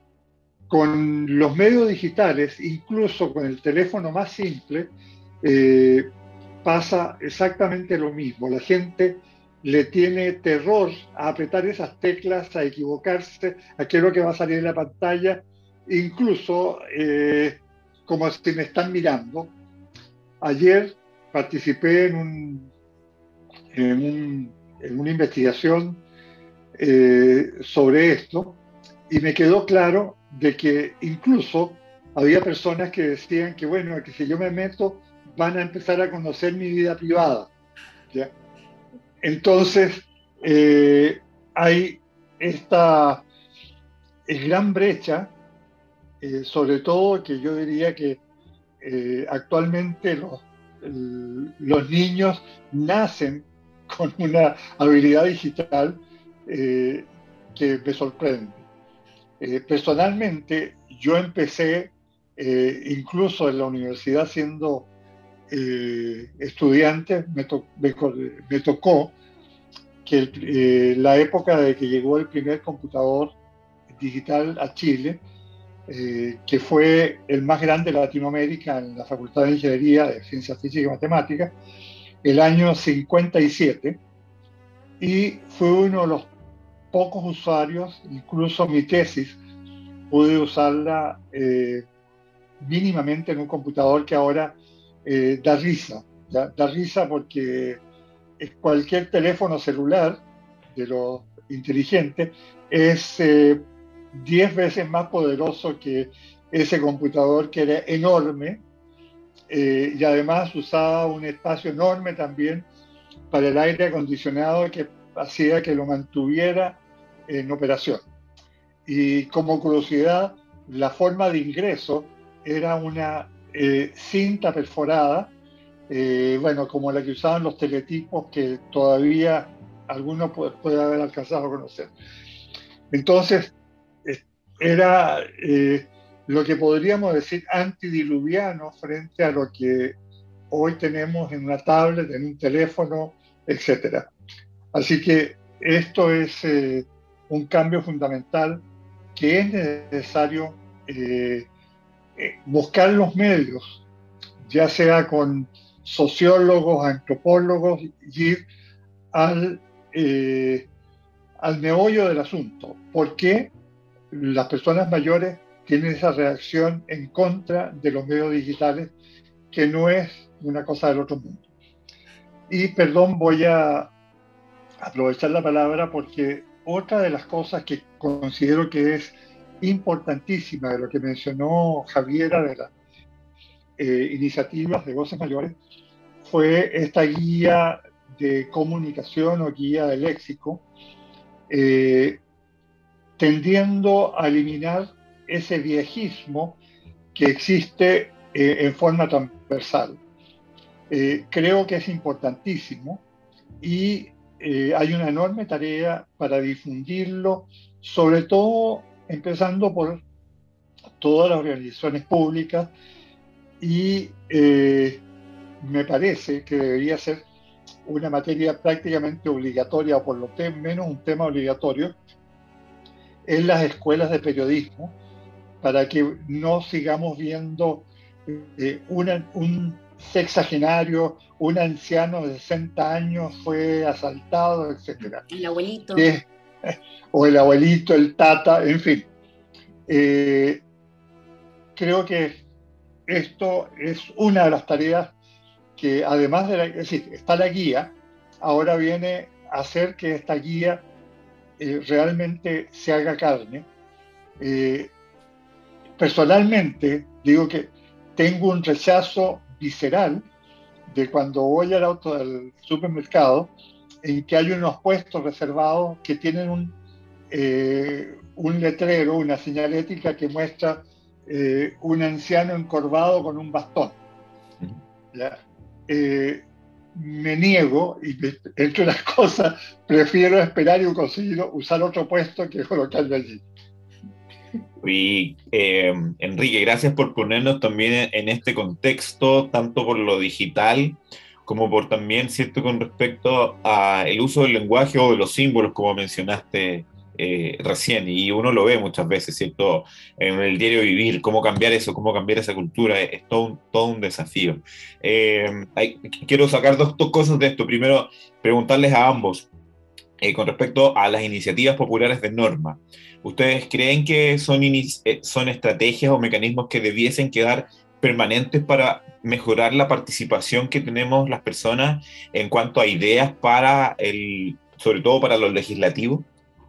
con los medios digitales, incluso con el teléfono más simple, eh, pasa exactamente lo mismo. La gente le tiene terror a apretar esas teclas, a equivocarse, a qué es lo que va a salir en la pantalla, incluso eh, como si me están mirando. Ayer participé en, un, en, un, en una investigación eh, sobre esto y me quedó claro de que incluso había personas que decían que, bueno, que si yo me meto van a empezar a conocer mi vida privada, ¿ya? Entonces, eh, hay esta gran brecha, eh, sobre todo que yo diría que eh, actualmente los, el, los niños nacen con una habilidad digital eh, que me sorprende. Eh, personalmente, yo empecé eh, incluso en la universidad siendo eh, estudiante me, to me, me tocó que el, eh, la época de que llegó el primer computador digital a Chile, eh, que fue el más grande de Latinoamérica en la Facultad de Ingeniería de Ciencias Físicas y Matemáticas, el año cincuenta y siete, y fue uno de los pocos usuarios, incluso mi tesis, pude usarla eh, mínimamente en un computador que ahora eh, da risa, da, da risa porque cualquier teléfono celular de los inteligentes es eh, diez veces más poderoso que ese computador que era enorme, eh, y además usaba un espacio enorme también para el aire acondicionado que hacía que lo mantuviera en operación. Y como curiosidad, la forma de ingreso era una eh, cinta perforada, eh, bueno, como la que usaban los teletipos, que todavía algunos puede, puede haber alcanzado a conocer. Entonces, eh, era eh, lo que podríamos decir antidiluviano frente a lo que hoy tenemos en una tablet, en un teléfono, etcétera. Así que esto es eh, un cambio fundamental que es necesario eh, eh, buscar los medios, ya sea con sociólogos, antropólogos, y ir al, eh, al meollo del asunto. ¿Por qué las personas mayores tienen esa reacción en contra de los medios digitales, que no es una cosa del otro mundo? Y perdón, voy a aprovechar la palabra porque otra de las cosas que considero que es importantísima de lo que mencionó Javiera de las eh, iniciativas de Voces Mayores fue esta guía de comunicación o guía de léxico, eh, tendiendo a eliminar ese viejismo que existe eh, en forma transversal. Eh, creo que es importantísimo y eh, hay una enorme tarea para difundirlo, sobre todo empezando por todas las organizaciones públicas, y eh, me parece que debería ser una materia prácticamente obligatoria, o por lo menos un tema obligatorio, en las escuelas de periodismo, para que no sigamos viendo eh, una, un sexagenario, un anciano de sesenta años fue asaltado, etcétera. El abuelito. Que, o el abuelito, el tata, en fin. Eh, creo que esto es una de las tareas que, además de la, es decir, está la guía, ahora viene a hacer que esta guía eh, realmente se haga carne. Eh, personalmente, digo que tengo un rechazo visceral de cuando voy al auto del supermercado, en que hay unos puestos reservados que tienen un, eh, un letrero, una señalética que muestra eh, un anciano encorvado con un bastón. ¿Ya? Eh, me niego, y entre las cosas prefiero esperar y conseguir usar otro puesto que colocarlo allí. Y eh, Enrique, gracias por ponernos también en este contexto, tanto por lo digital como por también, ¿cierto?, con respecto al uso del lenguaje o de los símbolos, como mencionaste eh, recién, y uno lo ve muchas veces, ¿cierto?, en el diario vivir, cómo cambiar eso, cómo cambiar esa cultura, es, es todo, un, todo un desafío. Eh, hay, quiero sacar dos, dos cosas de esto. Primero, preguntarles a ambos, Eh, con respecto a las iniciativas populares de norma. ¿Ustedes creen que son, son estrategias o mecanismos que debiesen quedar permanentes para mejorar la participación que tenemos las personas en cuanto a ideas para el, sobre todo para los legislativos?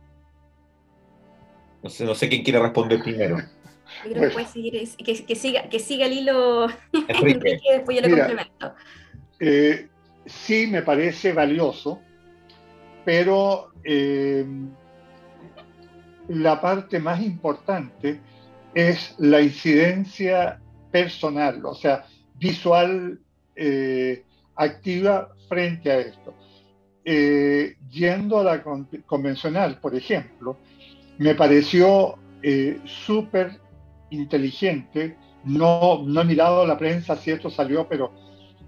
No sé, no sé quién quiere responder primero. Yo creo que puede seguir, que, que, siga, que siga el hilo Enrique, Enrique, después yo le mira, complemento. Eh, sí me parece valioso, pero eh, la parte más importante es la incidencia personal, o sea, visual, eh, activa frente a esto. Eh, yendo a la con convencional, por ejemplo, me pareció eh, súper inteligente, no, no he mirado la prensa si esto salió, pero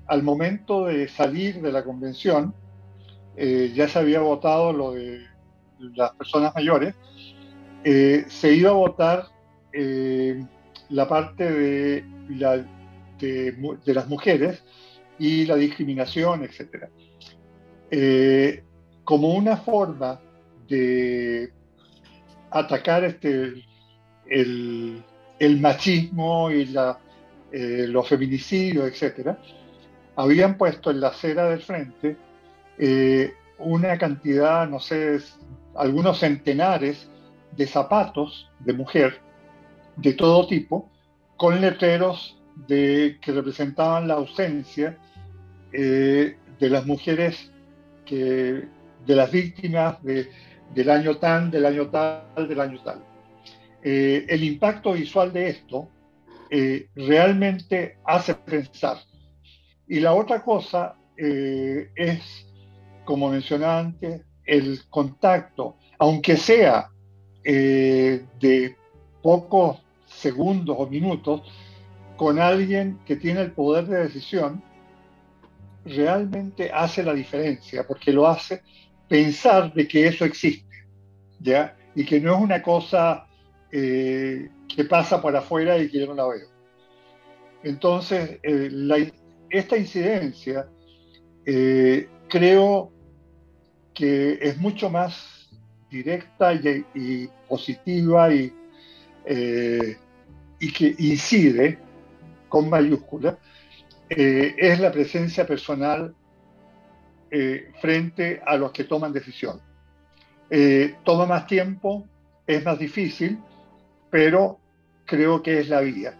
al momento de salir de la convención, eh, ya se había votado lo de las personas mayores, eh, se iba a votar eh, la parte de, la, de, de las mujeres y la discriminación, etcétera. Eh, como una forma de atacar este, el, el machismo y la, eh, los feminicidios, etcétera, habían puesto en la acera del frente eh, una cantidad, no sé, algunos centenares de zapatos de mujer de todo tipo, con letreros de, que representaban la ausencia eh, de las mujeres, que, de las víctimas de, del año tal, del año tal, del año tal. Eh, el impacto visual de esto eh, realmente hace pensar. Y la otra cosa eh, es, como mencionaba antes, el contacto, aunque sea eh, de pocos segundos o minutos, con alguien que tiene el poder de decisión, realmente hace la diferencia, porque lo hace pensar de que eso existe, ¿ya? Y que no es una cosa eh, que pasa por afuera y que yo no la veo. Entonces, eh, la, esta incidencia eh, creo que es mucho más directa y, y positiva y, eh, y que incide con mayúscula, eh, es la presencia personal eh, frente a los que toman decisión. Eh, toma más tiempo, es más difícil, pero creo que es la vía.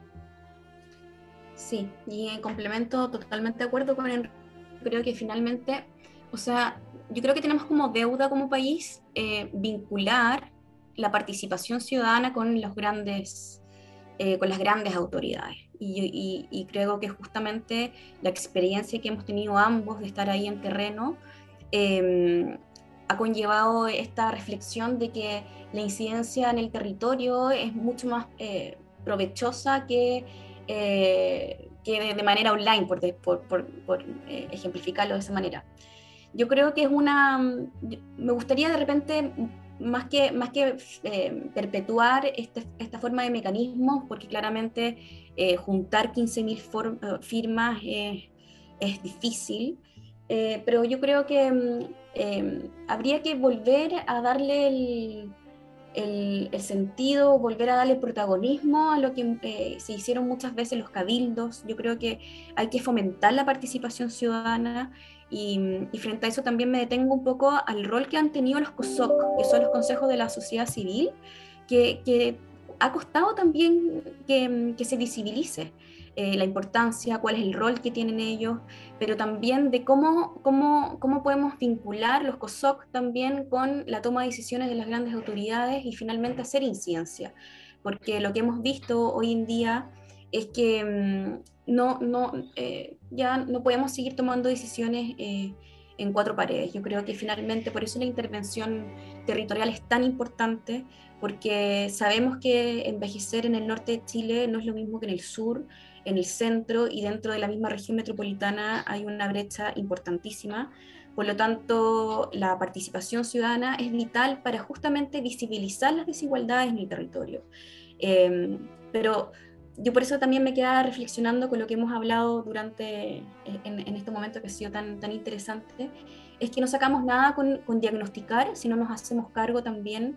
Sí, y en complemento, totalmente de acuerdo con Enrique. Creo que finalmente, o sea, yo creo que tenemos como deuda como país eh, vincular la participación ciudadana con los grandes, eh, con las grandes autoridades. Y, y, y creo que justamente la experiencia que hemos tenido ambos de estar ahí en terreno eh, ha conllevado esta reflexión de que la incidencia en el territorio es mucho más eh, provechosa que Eh, que de, de manera online, por, de, por, por, por eh, ejemplificarlo de esa manera. Yo creo que es una, me gustaría de repente, más que, más que eh, perpetuar este, esta forma de mecanismos, porque claramente eh, juntar quince mil firmas eh, es difícil, eh, pero yo creo que eh, habría que volver a darle el el, el sentido, volver a darle protagonismo a lo que eh, se hicieron muchas veces los cabildos. Yo creo que hay que fomentar la participación ciudadana y, y frente a eso también me detengo un poco al rol que han tenido los COSOC, que son los consejos de la sociedad civil, que, que ha costado también que, que se visibilice. Eh, la importancia, cuál es el rol que tienen ellos, pero también de cómo, cómo, cómo podemos vincular los COSOC también con la toma de decisiones de las grandes autoridades y finalmente hacer incidencia. Porque lo que hemos visto hoy en día es que mmm, no, no, eh, ya no podemos seguir tomando decisiones eh, en cuatro paredes. Yo creo que finalmente por eso la intervención territorial es tan importante, porque sabemos que envejecer en el norte de Chile no es lo mismo que en el sur, en el centro y dentro de la misma región metropolitana hay una brecha importantísima. Por lo tanto, la participación ciudadana es vital para justamente visibilizar las desigualdades en el territorio. Eh, pero yo por eso también me quedaba reflexionando con lo que hemos hablado durante en, en este momento que ha sido tan, tan interesante, es que no sacamos nada con, con diagnosticar, sino nos hacemos cargo también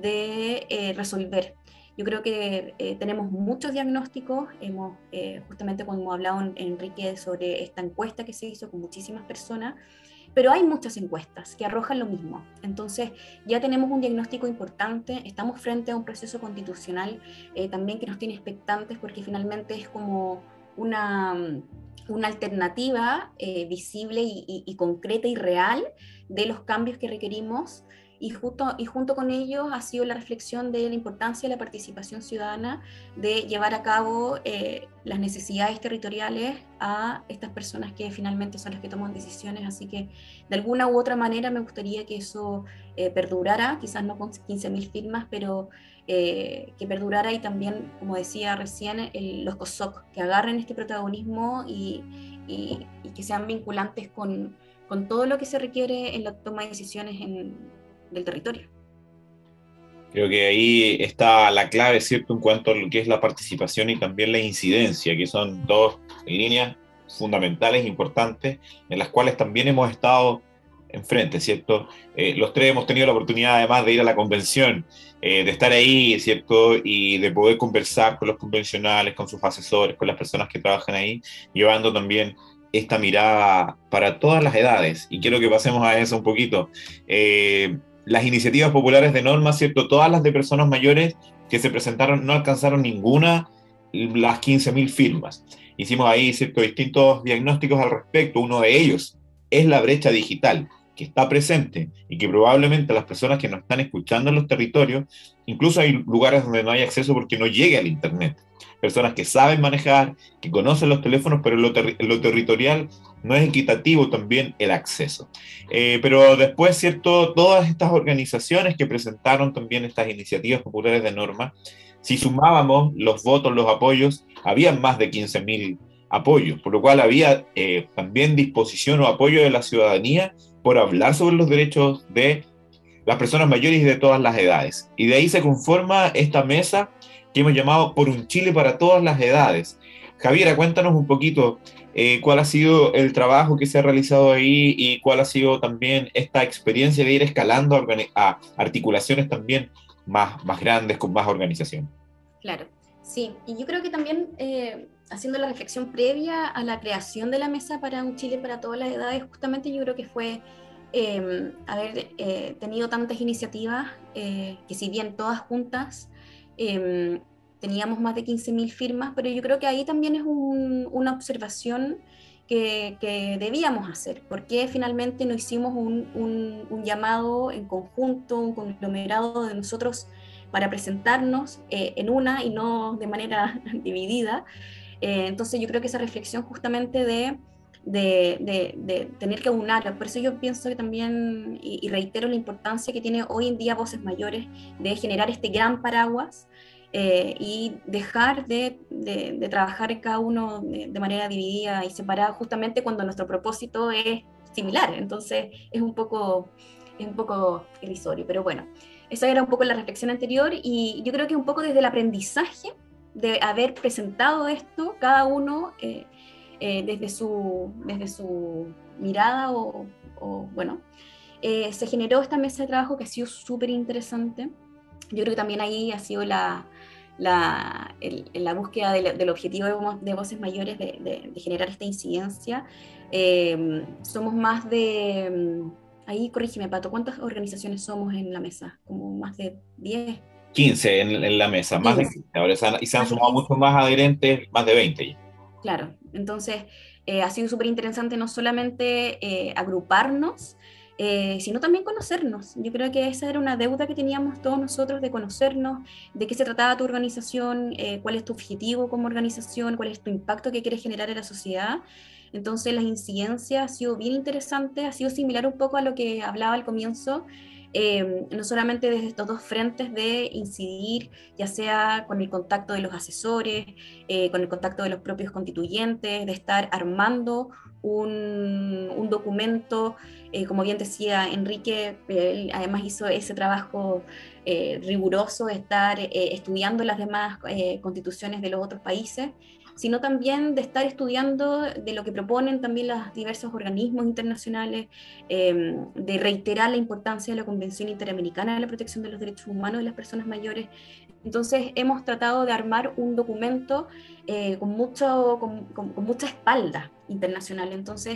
de eh, resolver. Yo creo que eh, tenemos muchos diagnósticos, hemos, eh, justamente como ha hablado Enrique sobre esta encuesta que se hizo con muchísimas personas, pero hay muchas encuestas que arrojan lo mismo. Entonces ya tenemos un diagnóstico importante, estamos frente a un proceso constitucional eh, también que nos tiene expectantes porque finalmente es como una, una alternativa eh, visible y, y, y concreta y real de los cambios que requerimos. Y, justo, y junto con ellos ha sido la reflexión de la importancia de la participación ciudadana, de llevar a cabo eh, las necesidades territoriales a estas personas que finalmente son las que toman decisiones. Así que de alguna u otra manera me gustaría que eso eh, perdurara, quizás no con quince mil firmas, pero eh, que perdurara y también, como decía recién, el, los COSOC, que agarren este protagonismo y, y, y que sean vinculantes con, con todo lo que se requiere en la toma de decisiones en, del territorio. Creo que ahí está la clave, ¿cierto?, en cuanto a lo que es la participación y también la incidencia, que son dos líneas fundamentales, importantes, en las cuales también hemos estado enfrente, ¿cierto? Eh, los tres hemos tenido la oportunidad, además, de ir a la convención, eh, de estar ahí, ¿cierto?, y de poder conversar con los convencionales, con sus asesores, con las personas que trabajan ahí, llevando también esta mirada para todas las edades. Y quiero que pasemos a eso un poquito. Eh, las iniciativas populares de norma, ¿cierto? Todas las de personas mayores que se presentaron no alcanzaron ninguna las quince mil firmas. Hicimos ahí, ¿cierto?, distintos diagnósticos al respecto. Uno de ellos es la brecha digital, que está presente y que probablemente las personas que nos están escuchando en los territorios, incluso hay lugares donde no hay acceso porque no llegue al internet. Personas que saben manejar, que conocen los teléfonos, pero en lo, ter en lo territorial no es equitativo también el acceso. Eh, pero después, ¿cierto?, todas estas organizaciones que presentaron también estas iniciativas populares de norma, si sumábamos los votos, los apoyos, habían más de quince mil apoyos, por lo cual había eh, también disposición o apoyo de la ciudadanía por hablar sobre los derechos de las personas mayores y de todas las edades. Y de ahí se conforma esta mesa que hemos llamado Por un Chile para todas las edades. Javiera, cuéntanos un poquito eh, cuál ha sido el trabajo que se ha realizado ahí y cuál ha sido también esta experiencia de ir escalando a, a articulaciones también más, más grandes, con más organización. Claro, sí, y yo creo que también eh, haciendo la reflexión previa a la creación de la Mesa para un Chile para todas las edades, justamente yo creo que fue eh, haber eh, tenido tantas iniciativas, eh, que si bien todas juntas, eh, teníamos más de quince mil firmas, pero yo creo que ahí también es un, una observación que, que debíamos hacer. ¿Por qué finalmente no hicimos un, un, un llamado en conjunto, un conglomerado de nosotros para presentarnos eh, en una y no de manera dividida? Eh, entonces yo creo que esa reflexión justamente de, de, de, de tener que aunar, por eso yo pienso que también, y, y reitero la importancia que tiene hoy en día Voces Mayores, de generar este gran paraguas, eh, y dejar de, de, de trabajar en cada uno de, de manera dividida y separada, justamente cuando nuestro propósito es similar. Entonces es un poco, es un poco irrisorio, pero bueno, esa era un poco la reflexión anterior, y yo creo que un poco desde el aprendizaje de haber presentado esto, cada uno eh, eh, desde, su, desde su mirada, o, o bueno, eh, se generó esta mesa de trabajo que ha sido súper interesante. Yo creo que también ahí ha sido la, la, el, la búsqueda del, del objetivo de, de Voces Mayores de, de, de generar esta incidencia. Eh, somos más de... Ahí, corrígeme, Pato, ¿cuántas organizaciones somos en la mesa? ¿Como más de diez? quince en, en la mesa, más de quince. Ahora se han, y se han sumado muchos más adherentes, más de veinte ya. Claro, entonces eh, ha sido súper interesante no solamente eh, agruparnos, eh, sino también conocernos. Yo creo que esa era una deuda que teníamos todos nosotros, de conocernos, de qué se trataba tu organización, eh, cuál es tu objetivo como organización, cuál es tu impacto que quieres generar en la sociedad. Entonces la incidencia ha sido bien interesante, ha sido similar un poco a lo que hablaba al comienzo, eh, no solamente desde estos dos frentes de incidir, ya sea con el contacto de los asesores, eh, con el contacto de los propios constituyentes, de estar armando un, un documento, eh, como bien decía Enrique, él además hizo ese trabajo eh, riguroso de estar eh, estudiando las demás eh, constituciones de los otros países, sino también de estar estudiando de lo que proponen también los diversos organismos internacionales, eh, de reiterar la importancia de la Convención Interamericana de la Protección de los Derechos Humanos de las Personas Mayores. Entonces hemos tratado de armar un documento eh, con, mucho, con, con, con mucha espalda internacional. Entonces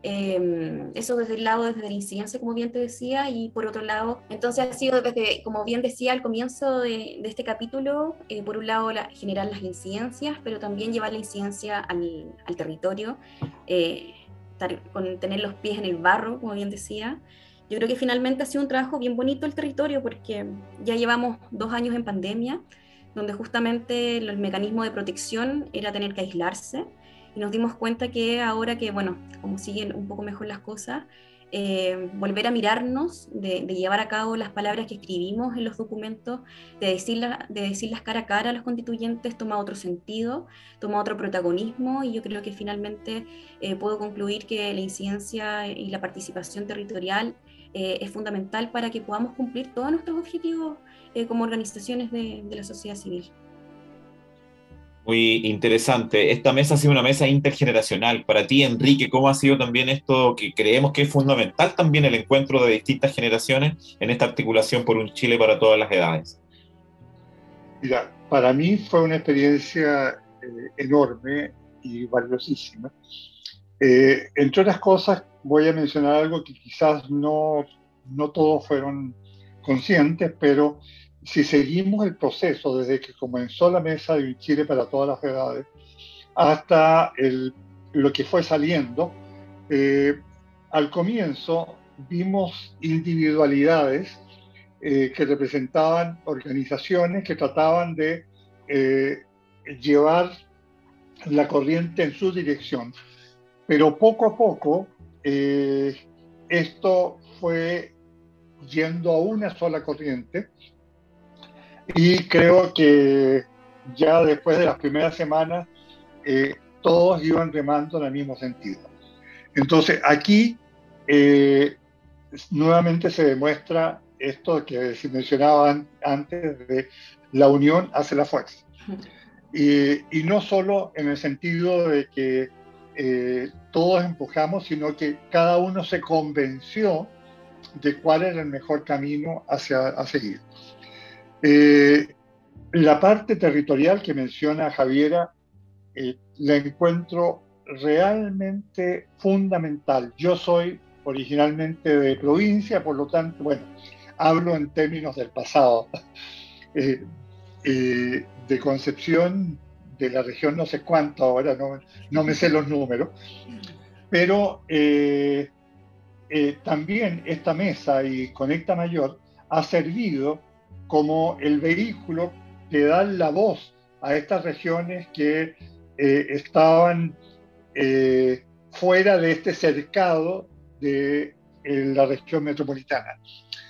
eh, eso desde el lado, desde la incidencia, como bien te decía, y por otro lado, entonces ha sido desde, como bien decía al comienzo de, de este capítulo, eh, por un lado la, generar las incidencias, pero también llevar la incidencia al, al territorio, eh, estar, con, tener los pies en el barro, como bien decía. Yo creo que finalmente ha sido un trabajo bien bonito el territorio, porque ya llevamos dos años en pandemia, donde justamente el mecanismo de protección era tener que aislarse, y nos dimos cuenta que ahora que, bueno, como siguen un poco mejor las cosas, eh, volver a mirarnos, de, de llevar a cabo las palabras que escribimos en los documentos, de, decirla, de decirlas cara a cara a los constituyentes, toma otro sentido, toma otro protagonismo, y yo creo que finalmente eh, puedo concluir que la incidencia y la participación territorial eh, es fundamental para que podamos cumplir todos nuestros objetivos eh, como organizaciones de, de la sociedad civil. Muy interesante. Esta mesa ha sido una mesa intergeneracional. Para ti, Enrique, ¿cómo ha sido también esto que creemos que es fundamental también el encuentro de distintas generaciones en esta articulación por un Chile para todas las edades? Mira, para mí fue una experiencia eh, enorme y valiosísima. Eh, entre otras cosas, voy a mencionar algo que quizás no, no todos fueron conscientes, pero si seguimos el proceso desde que comenzó la mesa de Un Chile para todas las edades hasta el, lo que fue saliendo, eh, al comienzo vimos individualidades eh, que representaban organizaciones que trataban de eh, llevar la corriente en su dirección, pero poco a poco eh, esto fue yendo a una sola corriente. Y creo que ya después de las primeras semanas, eh, todos iban remando en el mismo sentido. Entonces, aquí eh, nuevamente se demuestra esto que se mencionaba antes, de la unión hace la fuerza. Y, y no solo en el sentido de que eh, todos empujamos, sino que cada uno se convenció de cuál era el mejor camino hacia, a seguir. Eh, la parte territorial que menciona Javiera, eh, la encuentro realmente fundamental. Yo soy originalmente de provincia, por lo tanto, bueno, hablo en términos del pasado, eh, eh, de Concepción, de la región no sé cuánto ahora, no, no me sé los números, pero eh, eh, también esta mesa y Conecta Mayor ha servido como el vehículo que da la voz a estas regiones que eh, estaban eh, fuera de este cercado de eh, la región metropolitana.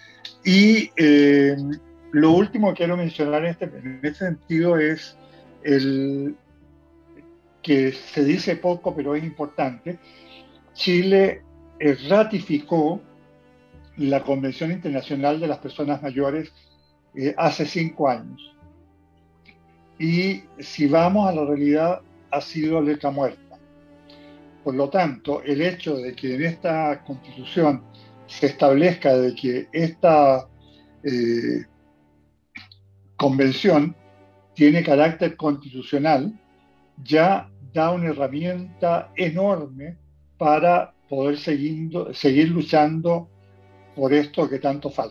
Y eh, lo último que quiero mencionar en este, en este sentido es el que se dice poco, pero es importante. Chile eh, ratificó la Convención Internacional de las Personas Mayores Eh, hace cinco años. Y si vamos a la realidad, ha sido letra muerta. Por lo tanto, el hecho de que en esta Constitución se establezca de que esta eh, convención tiene carácter constitucional, ya da una herramienta enorme para poder seguir, seguir luchando por esto que tanto falta.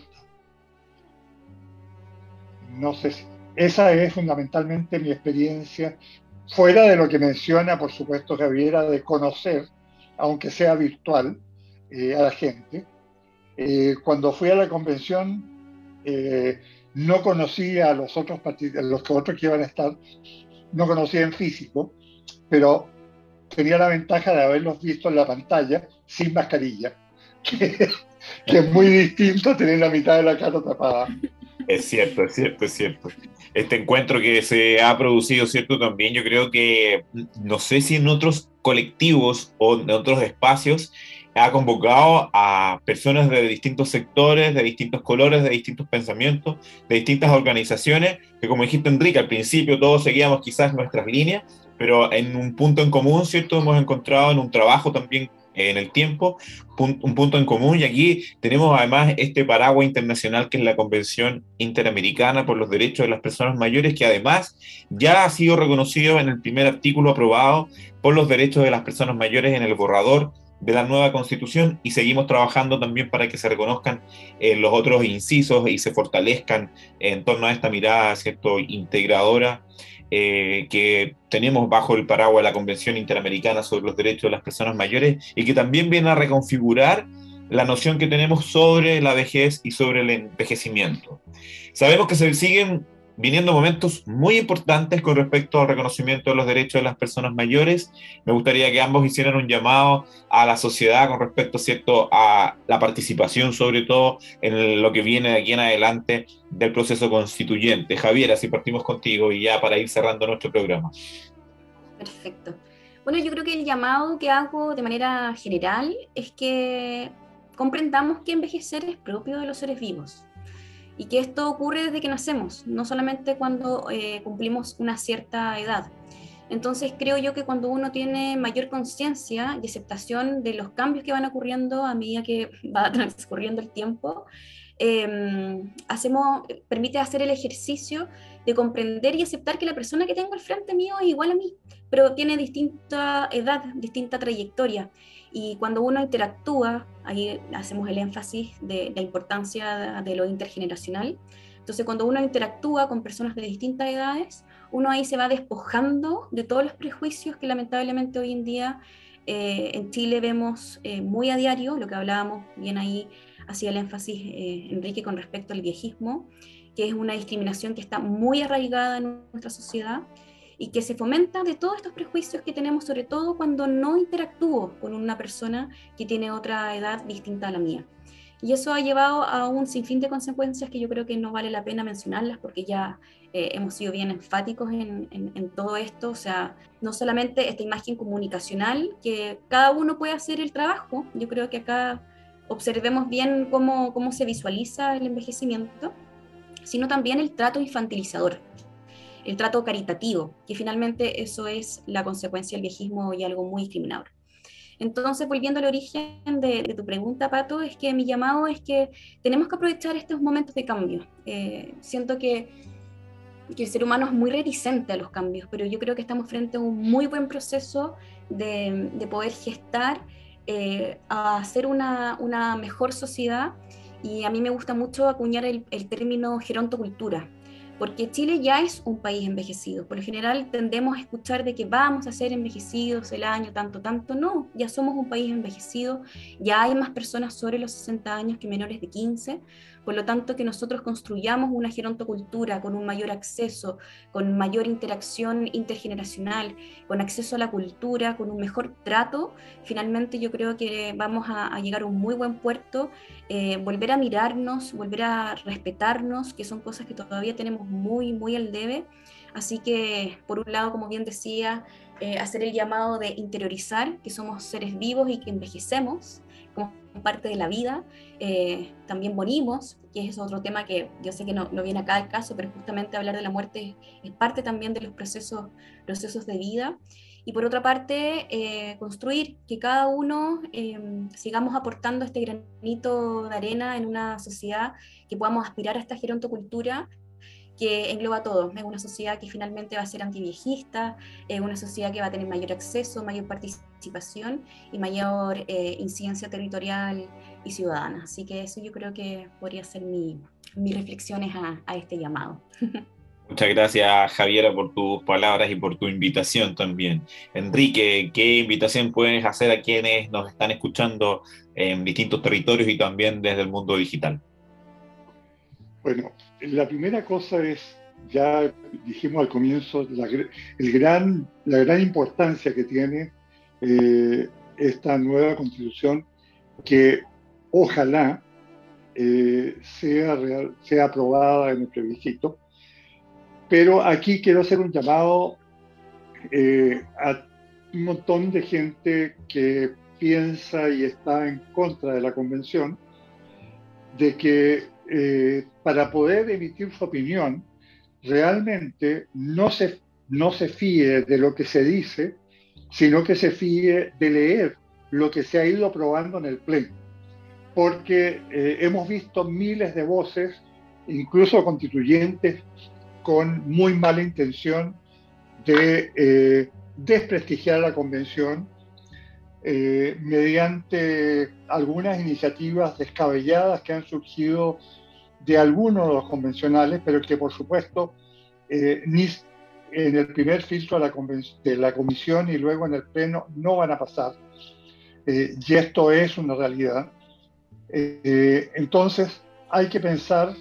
No sé, esa es fundamentalmente mi experiencia, fuera de lo que menciona, por supuesto, Javiera, de conocer, aunque sea virtual, eh, a la gente. Eh, cuando fui a la convención, eh, no conocía a los otros partidos, los que otros que iban a estar, no conocía en físico, pero tenía la ventaja de haberlos visto en la pantalla sin mascarilla, que, que es muy distinto a tener la mitad de la cara tapada. Es cierto, es cierto, es cierto. Este encuentro que se ha producido, ¿cierto? También yo creo que, no sé si en otros colectivos o en otros espacios, ha convocado a personas de distintos sectores, de distintos colores, de distintos pensamientos, de distintas organizaciones, que como dijiste, Enrique, al principio todos seguíamos quizás nuestras líneas, pero en un punto en común, ¿cierto? Hemos encontrado en un trabajo también en el tiempo, un punto en común, y aquí tenemos además este paraguas internacional que es la Convención Interamericana por los Derechos de las Personas Mayores, que además ya ha sido reconocido en el primer artículo aprobado por los derechos de las personas mayores en el borrador de la nueva Constitución, y seguimos trabajando también para que se reconozcan eh, los otros incisos y se fortalezcan en torno a esta mirada, ¿cierto?, integradora Eh, que tenemos bajo el paraguas de la Convención Interamericana sobre los Derechos de las Personas Mayores, y que también viene a reconfigurar la noción que tenemos sobre la vejez y sobre el envejecimiento. Sabemos que se siguen viniendo momentos muy importantes con respecto al reconocimiento de los derechos de las personas mayores. Me gustaría que ambos hicieran un llamado a la sociedad con respecto, ¿cierto?, a la participación, sobre todo en lo que viene de aquí en adelante del proceso constituyente. Javier, así partimos contigo y ya para ir cerrando nuestro programa. Perfecto. Bueno, yo creo que el llamado que hago de manera general es que comprendamos que envejecer es propio de los seres vivos y que esto ocurre desde que nacemos, no solamente cuando eh, cumplimos una cierta edad. Entonces creo yo que cuando uno tiene mayor conciencia y aceptación de los cambios que van ocurriendo a medida que va transcurriendo el tiempo, eh, hacemos, permite hacer el ejercicio de comprender y aceptar que la persona que tengo al frente mío es igual a mí, pero tiene distinta edad, distinta trayectoria. Y cuando uno interactúa, ahí hacemos el énfasis de la importancia de, de lo intergeneracional. Entonces, cuando uno interactúa con personas de distintas edades, uno ahí se va despojando de todos los prejuicios que lamentablemente hoy en día eh, en Chile vemos eh, muy a diario, lo que hablábamos bien ahí, hacía el énfasis eh, Enrique con respecto al viejismo, que es una discriminación que está muy arraigada en nuestra sociedad y que se fomenta de todos estos prejuicios que tenemos, sobre todo cuando no interactúo con una persona que tiene otra edad distinta a la mía. Y eso ha llevado a un sinfín de consecuencias que yo creo que no vale la pena mencionarlas porque ya eh, hemos sido bien enfáticos en, en, en todo esto. O sea, no solamente esta imagen comunicacional, que cada uno puede hacer el trabajo. Yo creo que acá observemos bien cómo, cómo se visualiza el envejecimiento, sino también el trato infantilizador, el trato caritativo, que finalmente eso es la consecuencia del viejismo y algo muy discriminador. Entonces, volviendo al origen de, de tu pregunta, Pato, es que mi llamado es que tenemos que aprovechar estos momentos de cambio. Eh, siento que, que el ser humano es muy reticente a los cambios, pero yo creo que estamos frente a un muy buen proceso de, de poder gestar, eh, a hacer una, una mejor sociedad, y a mí me gusta mucho acuñar el, el término gerontocultura, porque Chile ya es un país envejecido. Por lo general tendemos a escuchar de que vamos a ser envejecidos el año tanto, tanto. No, ya somos un país envejecido, ya hay más personas sobre los sesenta años que menores de quince, por lo tanto que nosotros construyamos una gerontocultura con un mayor acceso, con mayor interacción intergeneracional, con acceso a la cultura, con un mejor trato, finalmente yo creo que vamos a, a llegar a un muy buen puerto, eh, volver a mirarnos, volver a respetarnos, que son cosas que todavía tenemos muy, muy al debe. Así que, por un lado, como bien decía, eh, hacer el llamado de interiorizar que somos seres vivos y que envejecemos como parte de la vida. Eh, también morimos, que es otro tema que yo sé que no, no viene acá al caso, pero justamente hablar de la muerte es parte también de los procesos, procesos de vida. Y por otra parte, eh, construir que cada uno eh, sigamos aportando este granito de arena en una sociedad, que podamos aspirar a esta gerontocultura que engloba todo. Es una sociedad que finalmente va a ser antiviejista, es una sociedad que va a tener mayor acceso, mayor participación y mayor eh, incidencia territorial y ciudadana. Así que eso yo creo que podría ser mi, mis reflexiones a, a este llamado. Muchas gracias, Javiera, por tus palabras y por tu invitación también. Enrique, ¿qué invitación puedes hacer a quienes nos están escuchando en distintos territorios y también desde el mundo digital? Bueno, la primera cosa es, ya dijimos al comienzo, la, el gran, la gran importancia que tiene eh, esta nueva constitución, que ojalá eh, sea, real, sea aprobada en el plebiscito. Pero aquí quiero hacer un llamado eh, a un montón de gente que piensa y está en contra de la convención, de que eh, para poder emitir su opinión, realmente no se, no se fíe de lo que se dice, sino que se fíe de leer lo que se ha ido aprobando en el Pleno. Porque eh, hemos visto miles de voces, incluso constituyentes, con muy mala intención de eh, desprestigiar la convención eh, mediante algunas iniciativas descabelladas que han surgido de algunos de los convencionales, pero que por supuesto eh, ni en el primer filtro de la, de la comisión y luego en el pleno no van a pasar. Eh, y esto es una realidad. Eh, entonces hay que pensar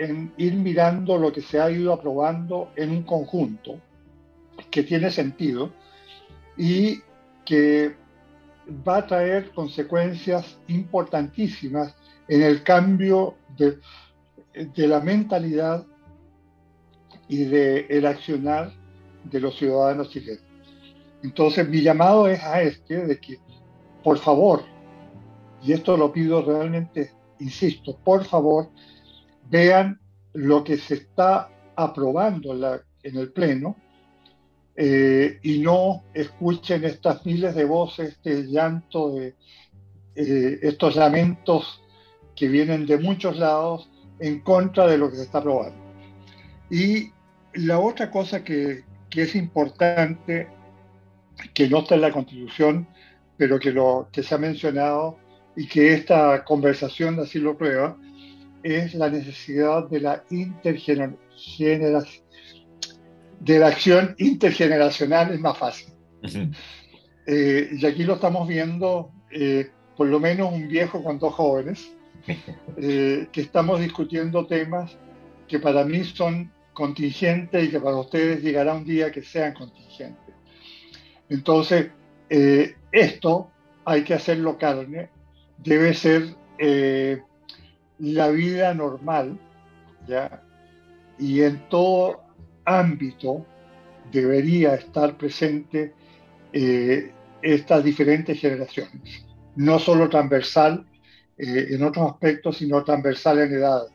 en ir mirando lo que se ha ido aprobando en un conjunto que tiene sentido y que va a traer consecuencias importantísimas en el cambio de, de la mentalidad y del accionar de los ciudadanos chilenos. Entonces, mi llamado es a este, de que, por favor, y esto lo pido realmente, insisto, por favor, vean lo que se está aprobando en, la, en el Pleno eh, y no escuchen estas miles de voces, este llanto, de, eh, estos lamentos que vienen de muchos lados en contra de lo que se está aprobando. Y la otra cosa que, que es importante, que no está en la Constitución, pero que, lo, que se ha mencionado y que esta conversación así lo prueba, es la necesidad de la intergeneración, de la acción intergeneracional, es más fácil. Uh-huh. Eh, y aquí lo estamos viendo, eh, por lo menos un viejo con dos jóvenes, eh, que estamos discutiendo temas que para mí son contingentes y que para ustedes llegará un día que sean contingentes. Entonces, eh, esto hay que hacerlo carne, debe ser eh, la vida normal, ¿ya? Y en todo ámbito debería estar presente eh, estas diferentes generaciones, no solo transversal eh, en otros aspectos, sino transversal en edades.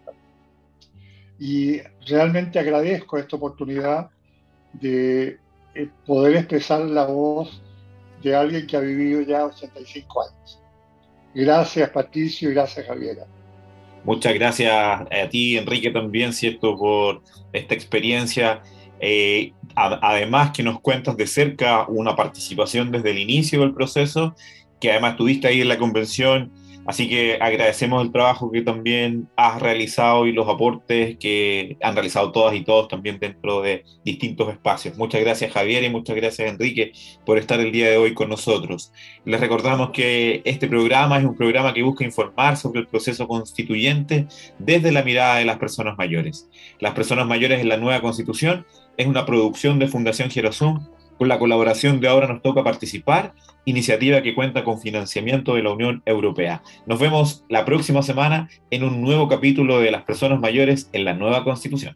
Y realmente agradezco esta oportunidad de eh, poder expresar la voz de alguien que ha vivido ya ochenta y cinco años. Gracias, Patricio, y gracias, Javiera. Muchas gracias a ti, Enrique, también, ¿cierto?, por esta experiencia. Eh, a, además que nos cuentas de cerca una participación desde el inicio del proceso, que además estuviste ahí en la convención, así que agradecemos el trabajo que también has realizado y los aportes que han realizado todas y todos también dentro de distintos espacios. Muchas gracias, Javier, y muchas gracias, Enrique, por estar el día de hoy con nosotros. Les recordamos que este programa es un programa que busca informar sobre el proceso constituyente desde la mirada de las personas mayores. Las personas mayores en la nueva Constitución es una producción de Fundación Gerasum, con la colaboración de Ahora Nos Toca Participar, iniciativa que cuenta con financiamiento de la Unión Europea. Nos vemos la próxima semana en un nuevo capítulo de Las Personas Mayores en la nueva Constitución.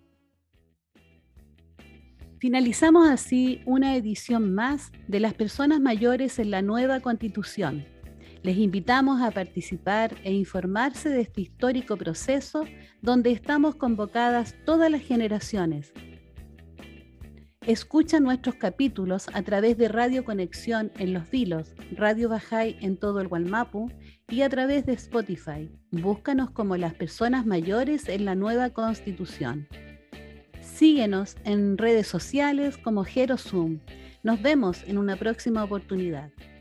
Finalizamos así una edición más de Las Personas Mayores en la nueva Constitución. Les invitamos a participar e informarse de este histórico proceso donde estamos convocadas todas las generaciones. Escucha nuestros capítulos a través de Radio Conexión en Los Vilos, Radio Bajay en todo el Gualmapu y a través de Spotify. Búscanos como Las Personas Mayores en la nueva Constitución. Síguenos en redes sociales como Gerasum. Nos vemos en una próxima oportunidad.